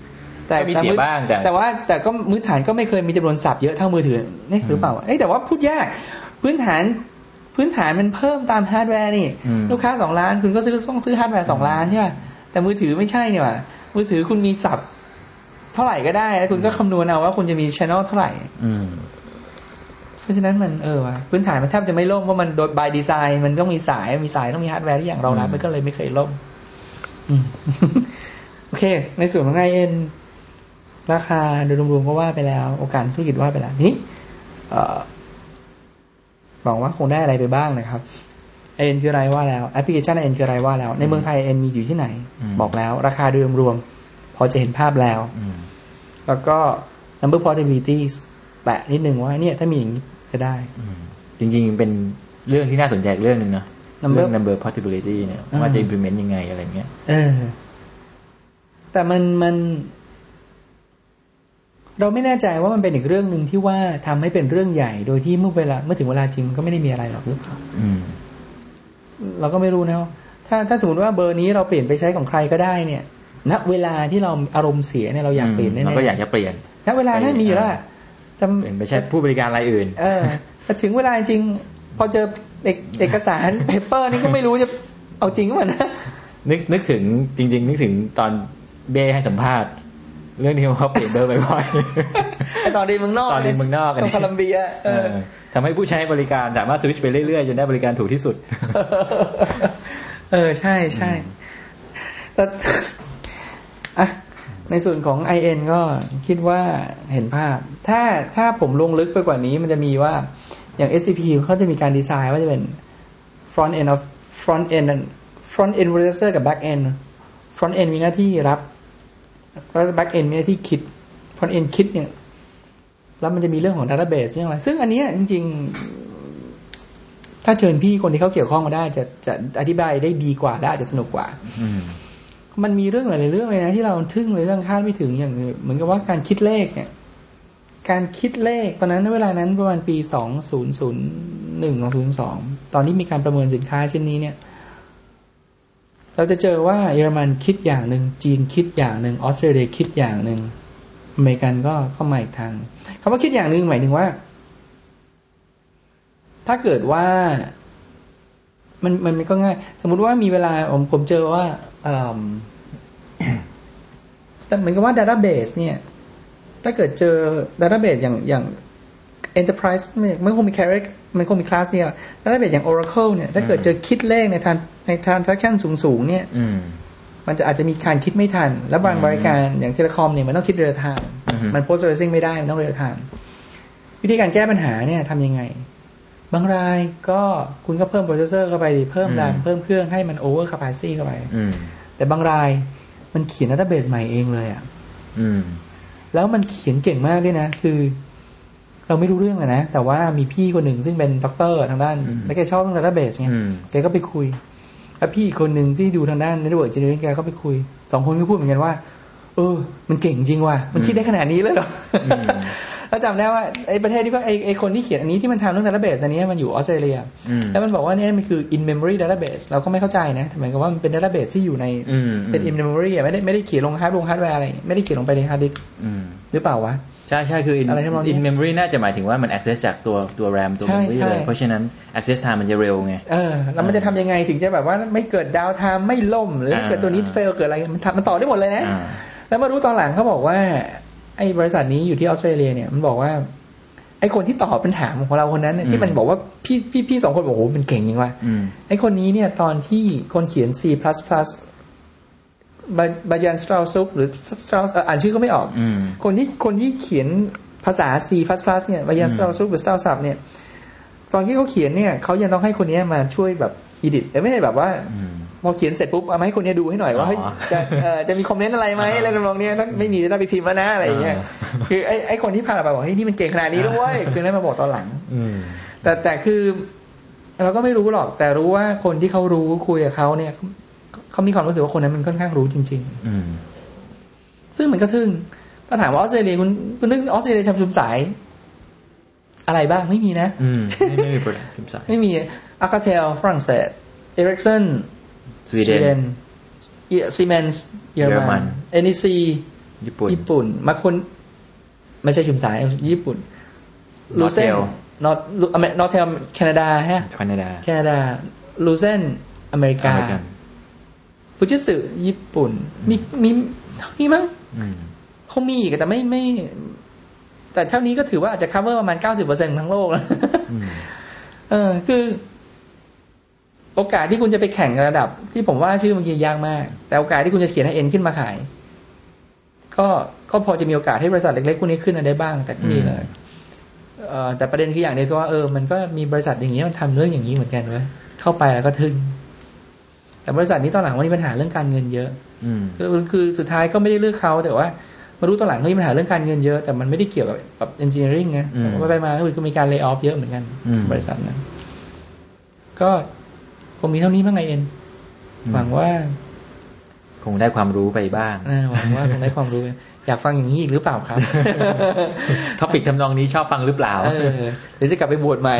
แต่มีเสียบ้างแต่แต่ว่าแต่ก็พื้นฐานก็ไม่เคยมีจำนวนศัพท์เยอะเท่ามือถือนี่หรือเปล่าเอ้ยแต่ว่าพูดยากพื้นฐานพื้นฐานมันเพิ่มตามฮาร์ดแวร์นี่ลูกค้าสองล้านคุณก็ซื้อต้องซื้อฮาร์ดแวร์สองล้านใช่ป่ะแต่มือถือไม่ใช่นี่หว่ามือถือคุณมีศัพท์เท่าไหร่ก็ได้แล้วคุณก็คำนวณเอาว่าคุณจะมี channel เท่าไหร่เพราะฉะนั้นมันเออว่ะพื้นฐานมันแทบจะไม่ล่มเพราะมันโดย by design มันต้องมีสายมีสายต้องมีฮาร์ดแวร์ที่อย่างรองรับมันก็เลยไม่เคยล่มโอเคในส่วนของ ไอ เอ็น ราคาโดยรวมๆก็ว่าไปแล้วโอกาสธุรกิจว่าไปแล้วทีนี้หวังว่าคงได้อะไรไปบ้างนะครับ ไอ เอ็น คืออะไรว่าแล้วแอปพลิเคชัน ไอ เอ็น คืออะไรว่าแล้วในเมืองไทย ไอ เอ็น มีอยู่ที่ไหนบอกแล้วราคาโดยรวมพอจะเห็นภาพแล้วแล้วก็ number portability แปะนิดนึงว่าเนี่ยถ้ามีอย่างนี้จะได้จริงๆเป็นเรื่องที่น่าสนใจเรื่องนึงนะเรื่อง number portability เนี่ยว่าจะ implement ยังไงอะไรเงี้ยเออแต่มันมันเราไม่แน่ใจว่ามันเป็นอีกเรื่องนึงที่ว่าทำให้เป็นเรื่องใหญ่โดยที่เมื่อเวลาเมื่อถึงเวลาจริงก็ไม่ได้มีอะไรหรอกหรือเปล่าเราก็ไม่รู้นะถ้าถ้าสมมติว่าเบอร์นี้เราเปลี่ยนไปใช้ของใครก็ได้เนี่ยณเวลาที่เราอารมณ์เสียเนี่ยเราอยากเปลี่ยนแน่ๆเราก็อยากจะเปลี่ยนณเวลานั้นมีอยู่แล้วแต่เป็นไม่ใช่ผู้บริการรายอื่นเออแต่ถึงเวลาจริงพอเจอเอกสารเปเปอร์นี่ก็ไม่รู้จะเอาจริงก็มันนะนึกนึกถึงจริงๆนึกถึงตอนเบ้ให้สัมภาษณ์เรื่องที่เขาเปลี่ยนเบอร์บ่อยๆไอตอนดีเมืองนอกตอนดีเมืองนอกตอนโคลัมเบียเออทำให้ผู้ใช้บริการสามารถสวิตช์ไปเรื่อยๆจนได้บริการถูกที่สุดเออใช่ใช่แต่อ่ะในส่วนของ ไอ เอ็น ก็คิดว่าเห็นภาพถ้าถ้าผมลงลึกไปกว่านี้มันจะมีว่าอย่าง เอส ซี พี เขาจะมีการดีไซน์ว่าจะเป็น front end of front end front end processor กับ back end front end มีหน้าที่รับแล้ว back end มีหน้าที่คิด front end คิดเนี่ยแล้วมันจะมีเรื่องของ database เรื่องอะไรซึ่งอันนี้จริงๆถ้าเชิญพี่คนที่เขาเกี่ยวข้องมาได้จะจะอธิบายได้ดีกว่าและอาจจะสนุกกว่ามันมีเรื่องหลายๆเรื่องเลยนะที่เราทึ่งเลยเรื่องคาดไม่ถึงอย่างเหมือนกับว่าการคิดเลขเนี่ยการคิดเลขตอนนั้นเวลานั้นประมาณปีสองพันหนึ่ง สองพันสองตอนนี้มีการประเมินสินค้าชิ้นนี้เนี่ยเราจะเจอว่าเยอรมันคิดอย่างนึงจีนคิดอย่างนึงออสเตรเลียคิดอย่างนึงอเมริกันก็เข้ามาอีกทางคำว่าคิดอย่างนึงหมายถึงว่าถ้าเกิดว่ามันมันก็ง่ายสมมุติว่ามีเวลาผมผมเจอว่าแต่เหมือนกับว่า database เนี่ยถ้าเกิดเจอ database อย่างอย่าง enterprise มันคงมี character มันคงมี class เนี่ย database อย่าง Oracle เนี่ยถ้าเกิดเจอคิดเลขในทางใน transaction สูงๆเนี่ยมันจะอาจจะมีการคิดไม่ทันแล้วบางบริการอย่างเทเลคอมเนี่ยมันต้องคิดเรียลไทม์มัน post processing ไม่ได้มันต้องเรียลไทม์วิธีการแก้ปัญหาเนี่ยทำยังไงบางรายก็คุณก็เพิ่มโปรเซสเซอร์เข้าไปเพิ่มแรมเพิ่มเครื่องให้มัน over capacity เข้าไปแต่บางรายมันเขียน database ใหม่เองเลยอ่ะแล้วมันเขียนเก่งมากด้วยนะคือเราไม่รู้เรื่องเลยนะแต่ว่ามีพี่คนหนึ่งซึ่งเป็นด็อกเตอร์ทางด้านแล้วแกชอบเรื่อง database ไงแกก็ไปคุยแล้วพี่คนหนึ่งที่ดูทางด้าน network engineering แกก็ไปคุยสองคนก็พูดเหมือนกันว่าเออมันเก่งจริงว่ะมันคิดได้ขนาดนี้เลยเหรอแล้วจำได้ว่าไอ้ประเทศที่ว่าไอ้ไอ้คนที่เขียนอันนี้ที่มันทำเรื่อง database อันนี้มันอยู่ออสเตรเลียแล้วมันบอกว่าเนี่ยมันคือ in memory database เราก็ไม่เข้าใจนะหมายความว่ามันเป็น database ที่อยู่ในเป็น in memory อ่ะไม่ได้ไม่ได้เขียนลงฮาร์ดลงฮาร์ดแวร์อะไรไม่ได้เขียนลงไปในฮาร์ดดิสก์หรือเปล่าวะใช่ใช่คือ in, in memory น่าจะหมายถึงว่ามัน access จากตัวตัว RAM ตัว memory เลยเพราะฉะนั้น access time มันจะเร็วไงเออแล้วมันจะทำยังไงถึงจะแบบว่าไม่เกิด down time ไม่ล่มหรือเกิดตัวนี้ fail เกิดอะไรมันมันต่อได้หมดเลยนะแล้วมารู้ตอนหลังเขาบอกว่าไอ้บริษัทนี้อยู่ที่ออสเตรเลียเนี่ยมันบอกว่าไอ้คนที่ตอบปัญหาของเราคนนั้นที่มันบอกว่าพี่พี่พี่สองคนบอกโอ้โหมันเก่งจริงว่ะไอ้คนนี้เนี่ยตอนที่คนเขียน C++ บายันสตราซุกหรือสตราอ่านชื่อก็ไม่ออกคนที่คนที่เขียนภาษา C++ เนี่ยบายันสตราซุกหรือสตราซับเนี่ยตอนที่เขาเขียนเนี่ยเขายังต้องให้คนนี้มาช่วยแบบอีดิทแต่ไม่ใช่แบบว่าพอเขียนเสร็จปุ๊บเอามาให้คนนี้ดูให้หน่อยว่าเฮ้ยจะเอ่อจะมีคอมเมนต์อะไรไหมอะไรประมาณนี้ต้องไม่มีจะได้ไปพิมพ์แล้วนะอะไรอย่างเงี้ยคือไอ้ไอ้คนที่พาเราไปบอกเฮ้ยนี่มันเก่งขนาดนี้ด้วยคือได้มาบอกตอนหลังแต่แต่คือเราก็ไม่รู้หรอกแต่รู้ว่าคนที่เขารู้คุยกับเขาเนี่ยเขามีความรู้สึกว่าคนนั้นมันค่อนข้างรู้จริงๆซึ่งมันก็ทึ่งถ้าถามว่าออสเตรเลียคุณคุณนึกออสเตรเลียทำชุมสายอะไรบ้างไม่มีนะไม่มีชุมสายไม่มีอาคาเทลฝรั่งเศสเอริกสันสวีเดนซีเมนส์เยอรมัน เอ็น อี ซีเญี่ปุ่นญี่ปุ่นมาคนไม่ใช่ชุมสายญี่ปุ่นลูเซนนอตอเมนอตเทลแคนาดาฮะแคนาดาแคนาดาลูเซนอเมริกาฟูจิสึญี่ปุ่นมีมีเท่านี้มั้งเขามีอีกแต่ไม่ไม่แต่เท่านี้ก็ถือว่าอาจจะ cover ประมาณ เก้าสิบเปอร์เซ็นต์ ทั้งโลกแล้วเออคือโอกาสที่คุณจะไปแข่งระดับที่ผมว่าชื่อมันยากมากแต่โอกาสที่คุณจะเขียนให้เอ็นขึ้นมาขายก็ก็พอจะมีโอกาสให้บริษัทเล็กๆพวกนี้ขึ้นได้บ้างแต่ก็มีเลยเอ่อแต่ประเด็นคืออย่างเดียวก็ว่าเออมันก็มีบริษัทอย่างนี้มันทำเรื่องอย่างนี้เหมือนกันเว้ยเข้าไปแล้วก็ทึ่งแต่บริษัทนี้ตอนหลังว่ามีปัญหาเรื่องการเงินเยอะคือคือสุดท้ายก็ไม่ได้เลือกเขาแต่ว่ามารู้ตอนหลังเขามีปัญหาเรื่องการเงินเยอะแต่มันไม่ได้เกี่ยวกับแบบ engineering นะว่าไปมาก็มีการ lay off เยอะเหมือนกันบริษัทนั้นก็คงมีเท่านี้มั้งไงเอ็นหวังว่าคงได้ความรู้ไปบ้างหวังว่าคงได้ความรู้อยากฟังอย่างนี้อีกหรือเปล่าครับท็อปิกทำนองนี้ชอบฟังหรือเปล่าหรือจะกลับไปบวชใหม่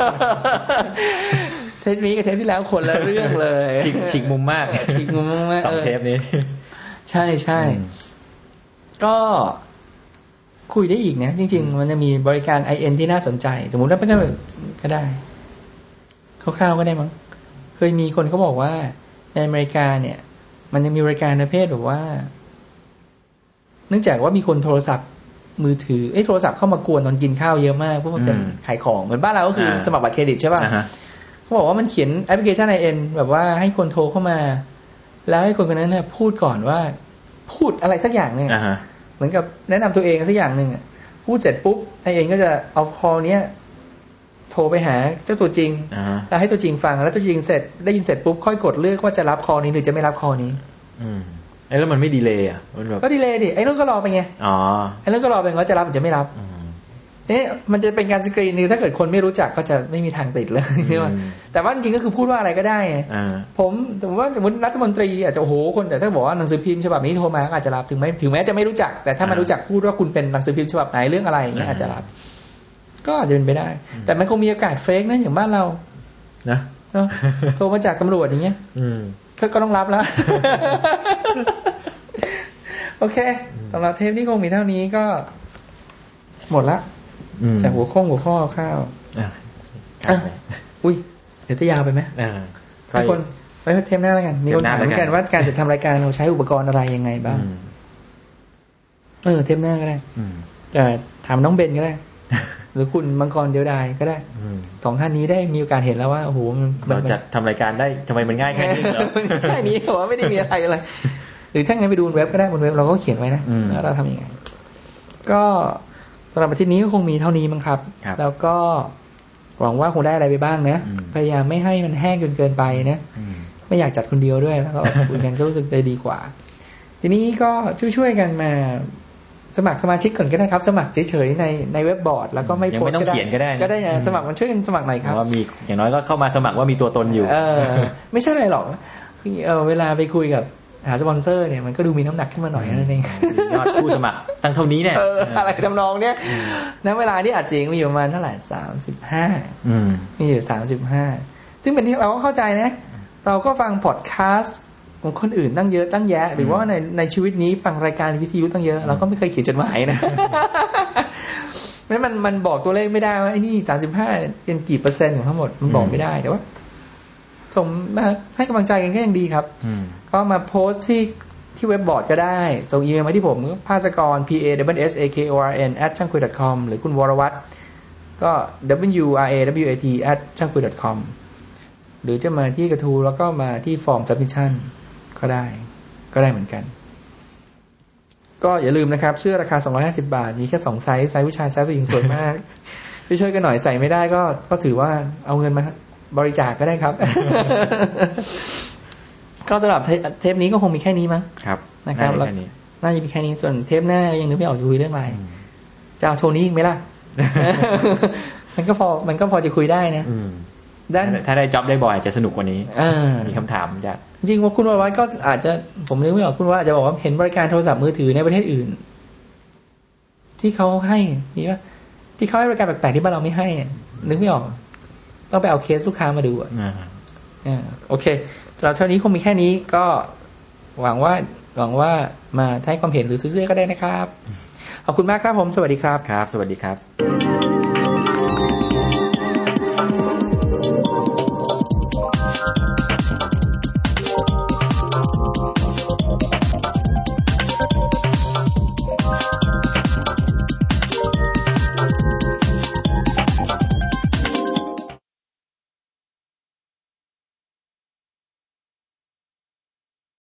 เทปนี้กับเทปที่แล้วคนละเรื่องเลยฉีกมุมมากฉีกมุมมากสองเทปนี้ใช่ใช่ก็คุยได้อีกนะจริงๆมันจะมีบริการ ไอ เอ็น ที่น่าสนใจสมมุติว่าเป็นก็ได้คร่าวๆก็ได้มั้งเคยมีคนเขาบอกว่าในอเมริกาเนี่ยมันยังมีบริการประเภทแบบว่าเนื่องจากว่ามีคนโทรศัพท์มือถือเอ้โทรศัพท์เข้ามากวนตอนกินข้าวเยอะมากเพราะมันเป็นขายของเหมือนบ้านเราก็คือสมัครบัตรเครดิตใช่ป่ะเขาบอกว่ามันเขียนแอปพลิเคชัน ไอ เอ็น แบบว่าให้คนโทรเข้ามาแล้วให้คนคนนั้นเนี่ยพูดก่อนว่าพูดอะไรสักอย่างเนี่ยเหมือนกับแนะนำตัวเองสักอย่างหนึ่งพูดเสร็จปุ๊บไอเอ็นก็จะเอาคอเนี้ยโทรไปหาเจ้าตัวจริงแล้วให้ตัวจริงฟังแล้วตัวจริงเสร็จได้ยินเสร็จปุ๊บค่อยกดเลือกว่าจะรับคอนี้หรือจะไม่รับคอนี้อืมไอ้แล้วมันไม่ดีเลย์อ่ะมันแบบก็ดีเลย์ดิไอ้นู่นก็รอไปไงอ๋อไอ้นู่นก็รอไปว่าจะรับหรือจะไม่รับเนี่ยมันจะเป็นการสกรีนนึงถ้าเกิดคนไม่รู้จักก็จะไม่มีทางติดเลยใช่ไหมแต่ว่าจริงก็คือพูดว่าอะไรก็ได้ผมแต่ว่าสมมติรัฐมนตรีอาจจะโอ้โหคนแต่ถ้าบอกว่าหนังสือพิมพ์ฉบับนี้โทรมาก็อาจจะรับถึงแม้ถึงแม้จะไม่รู้จักแต่ถ้ามารู้จักพูดว่าคุณเป็นหนังสือพิมพ์ฉบับไหนเรื่องอะไรอย่างเงี้ยอาจจะรับก็อาจจะเป็นไปได้แต่มันคงมีโอกาสเฟกนะอย่างบ้านเรานะโทรมาจากตำรวจอย่างเงี้ยก็ต้องรับแล้วโอเคสำหรับเทปนี้คงมีเท่านี้ก็หมดละจากหัวข้อหัวข้อข้าวอุ้ยเดี๋ยวจะยาวไปไหมทุกคนไว้เทปหน้าแล้วกันมีคนถามกันว่าการจะทำรายการเราใช้อุปกรณ์อะไรยังไงบ้างเออเทปหน้าก็ได้แต่ถามน้องเบนก็ได้หรือคุณมังกรเดียวดายก็ได้สองท่านนี้ได้มีโอกาสเห็นแล้วว่าโอ้โหเราจะทำรายการได้ทำไมมันง่ายแค่นี้เหรอแค่นี้ผมว่าไม่ได้มีอะไรอะไรหรือถ้างั้นไปดูเว็บก็ได้บนเว็บเราก็เขียนไว้นะแล้วเราทำยังไงก็สำหรับอาทิตย์นี้ก็คงมีเท่านี้มั้งครับแล้วก็หวังว่าคงได้อะไรไปบ้างนะพยายามไม่ให้มันแห้งจนเกินไปนะไม่อยากจัดคนเดียวด้วยแล้วก็คุยกันก็รู้สึกได้ดีกว่าทีนี้ก็ช่วยๆกันมาสมัครสมาชิกก่อนก็ได้ครับสมัครเฉยๆในในเว็บบอร์ดแล้วก็ไม่โพสต์ก็ได้ก็ได้สมัครมันช่วยกันสมัครหน่อยครับว่ามีอย่างน้อยก็เข้ามาสมัครว่ามีตัวตนอยู่เออไม่ใช่อะไรหรอกเออเวลาไปคุยกับหาสปอนเซอร์เนี่ยมันก็ดูมีน้ำหนักขึ้นมาหน่อยนั่นเองยอดผู้สมัครตั้งเท่านี้เนี่ยอะไรทำนองเนี้ยณเวลาที่อัดเสียงมีอยู่ประมาณเท่าไหร่สามสิบห้ามีอยู่สามสิบห้าซึ่งเป็นที่เราก็เข้าใจนะเราก็ฟังพอดแคสต์ของคนอื่นตั้งเยอะตั้งแยะหรือว่าในในชีวิตนี้ฟังรายการวิทยุตั้งเยอะเราก็ไม่เคยเขียนจดหมายนะไม่มันมันบอกตัวเลขไม่ได้ว่าไอ้นี่สามสิบห้าเป็นกี่เปอร์เซ็นต์ของทั้งหมดมันบอกไม่ได้แต่ว่าส่งมาให้กำลังใจกันก็ยังดีครับก็มาโพสต์ที่ที่เว็บบอร์ดก็ได้ส่งอีเมลมาที่ผมภาสกร p a w s a k o r n at ช่างคุย ดอท คอม หรือคุณวรวัฒน์ก็ w r a w a t at ช่างคุย ดอท คอม หรือจะมาที่กระทูแล้วก็มาที่ฟอร์ม submission ก็ได้ก็ได้เหมือนกันก็อย่าลืมนะครับเสื้อราคาสองร้อยห้าสิบบาทมีแค่สองไซส์ไซส์ผู้ชายไซส์ผู้หญิงสวยมากช่วยๆกันหน่อยใส่ไม่ได้ก็ก็ถือว่าเอาเงินมาบริจาค ก็ได้ครับ ก็สำหรับเทปนี้ก็คงมีแค่นี้มั้งครับนะครับแล้วน่าจะมีแค่นี้ส่วนเทปหน้ายังนึกไม่ออกจะคุยเรื่องอะไรจะเอาโทนี่อีกไหมล่ะ มันก็พอมันก็พอจะคุยได้นะถ้าได้จ็อบได้บ่อยจะสนุกกว่านี้มีคำถามจากจริงว่าคุณวรวัฒน์ก็อาจจะผมนึกไม่ออกคุณว่าอาจจะบอกว่าเห็นบริการโทรศัพท์มือถือในประเทศอื่นที่เขาให้มีป่ะที่เขาให้บริการแปลกๆที่บ้านเราไม่ให้นึกไม่ออกต้องไปเอาเคสลูกค้ามาดูอ่ะอ่าโอเคเราเท่านี้คงมีแค่นี้ก็หวังว่าหวังว่ามาให้ความเห็นหรือซื้อเสื้อก็ได้นะครับขอบคุณมากครับผมสวัสดีครับครับสวัสดีครับ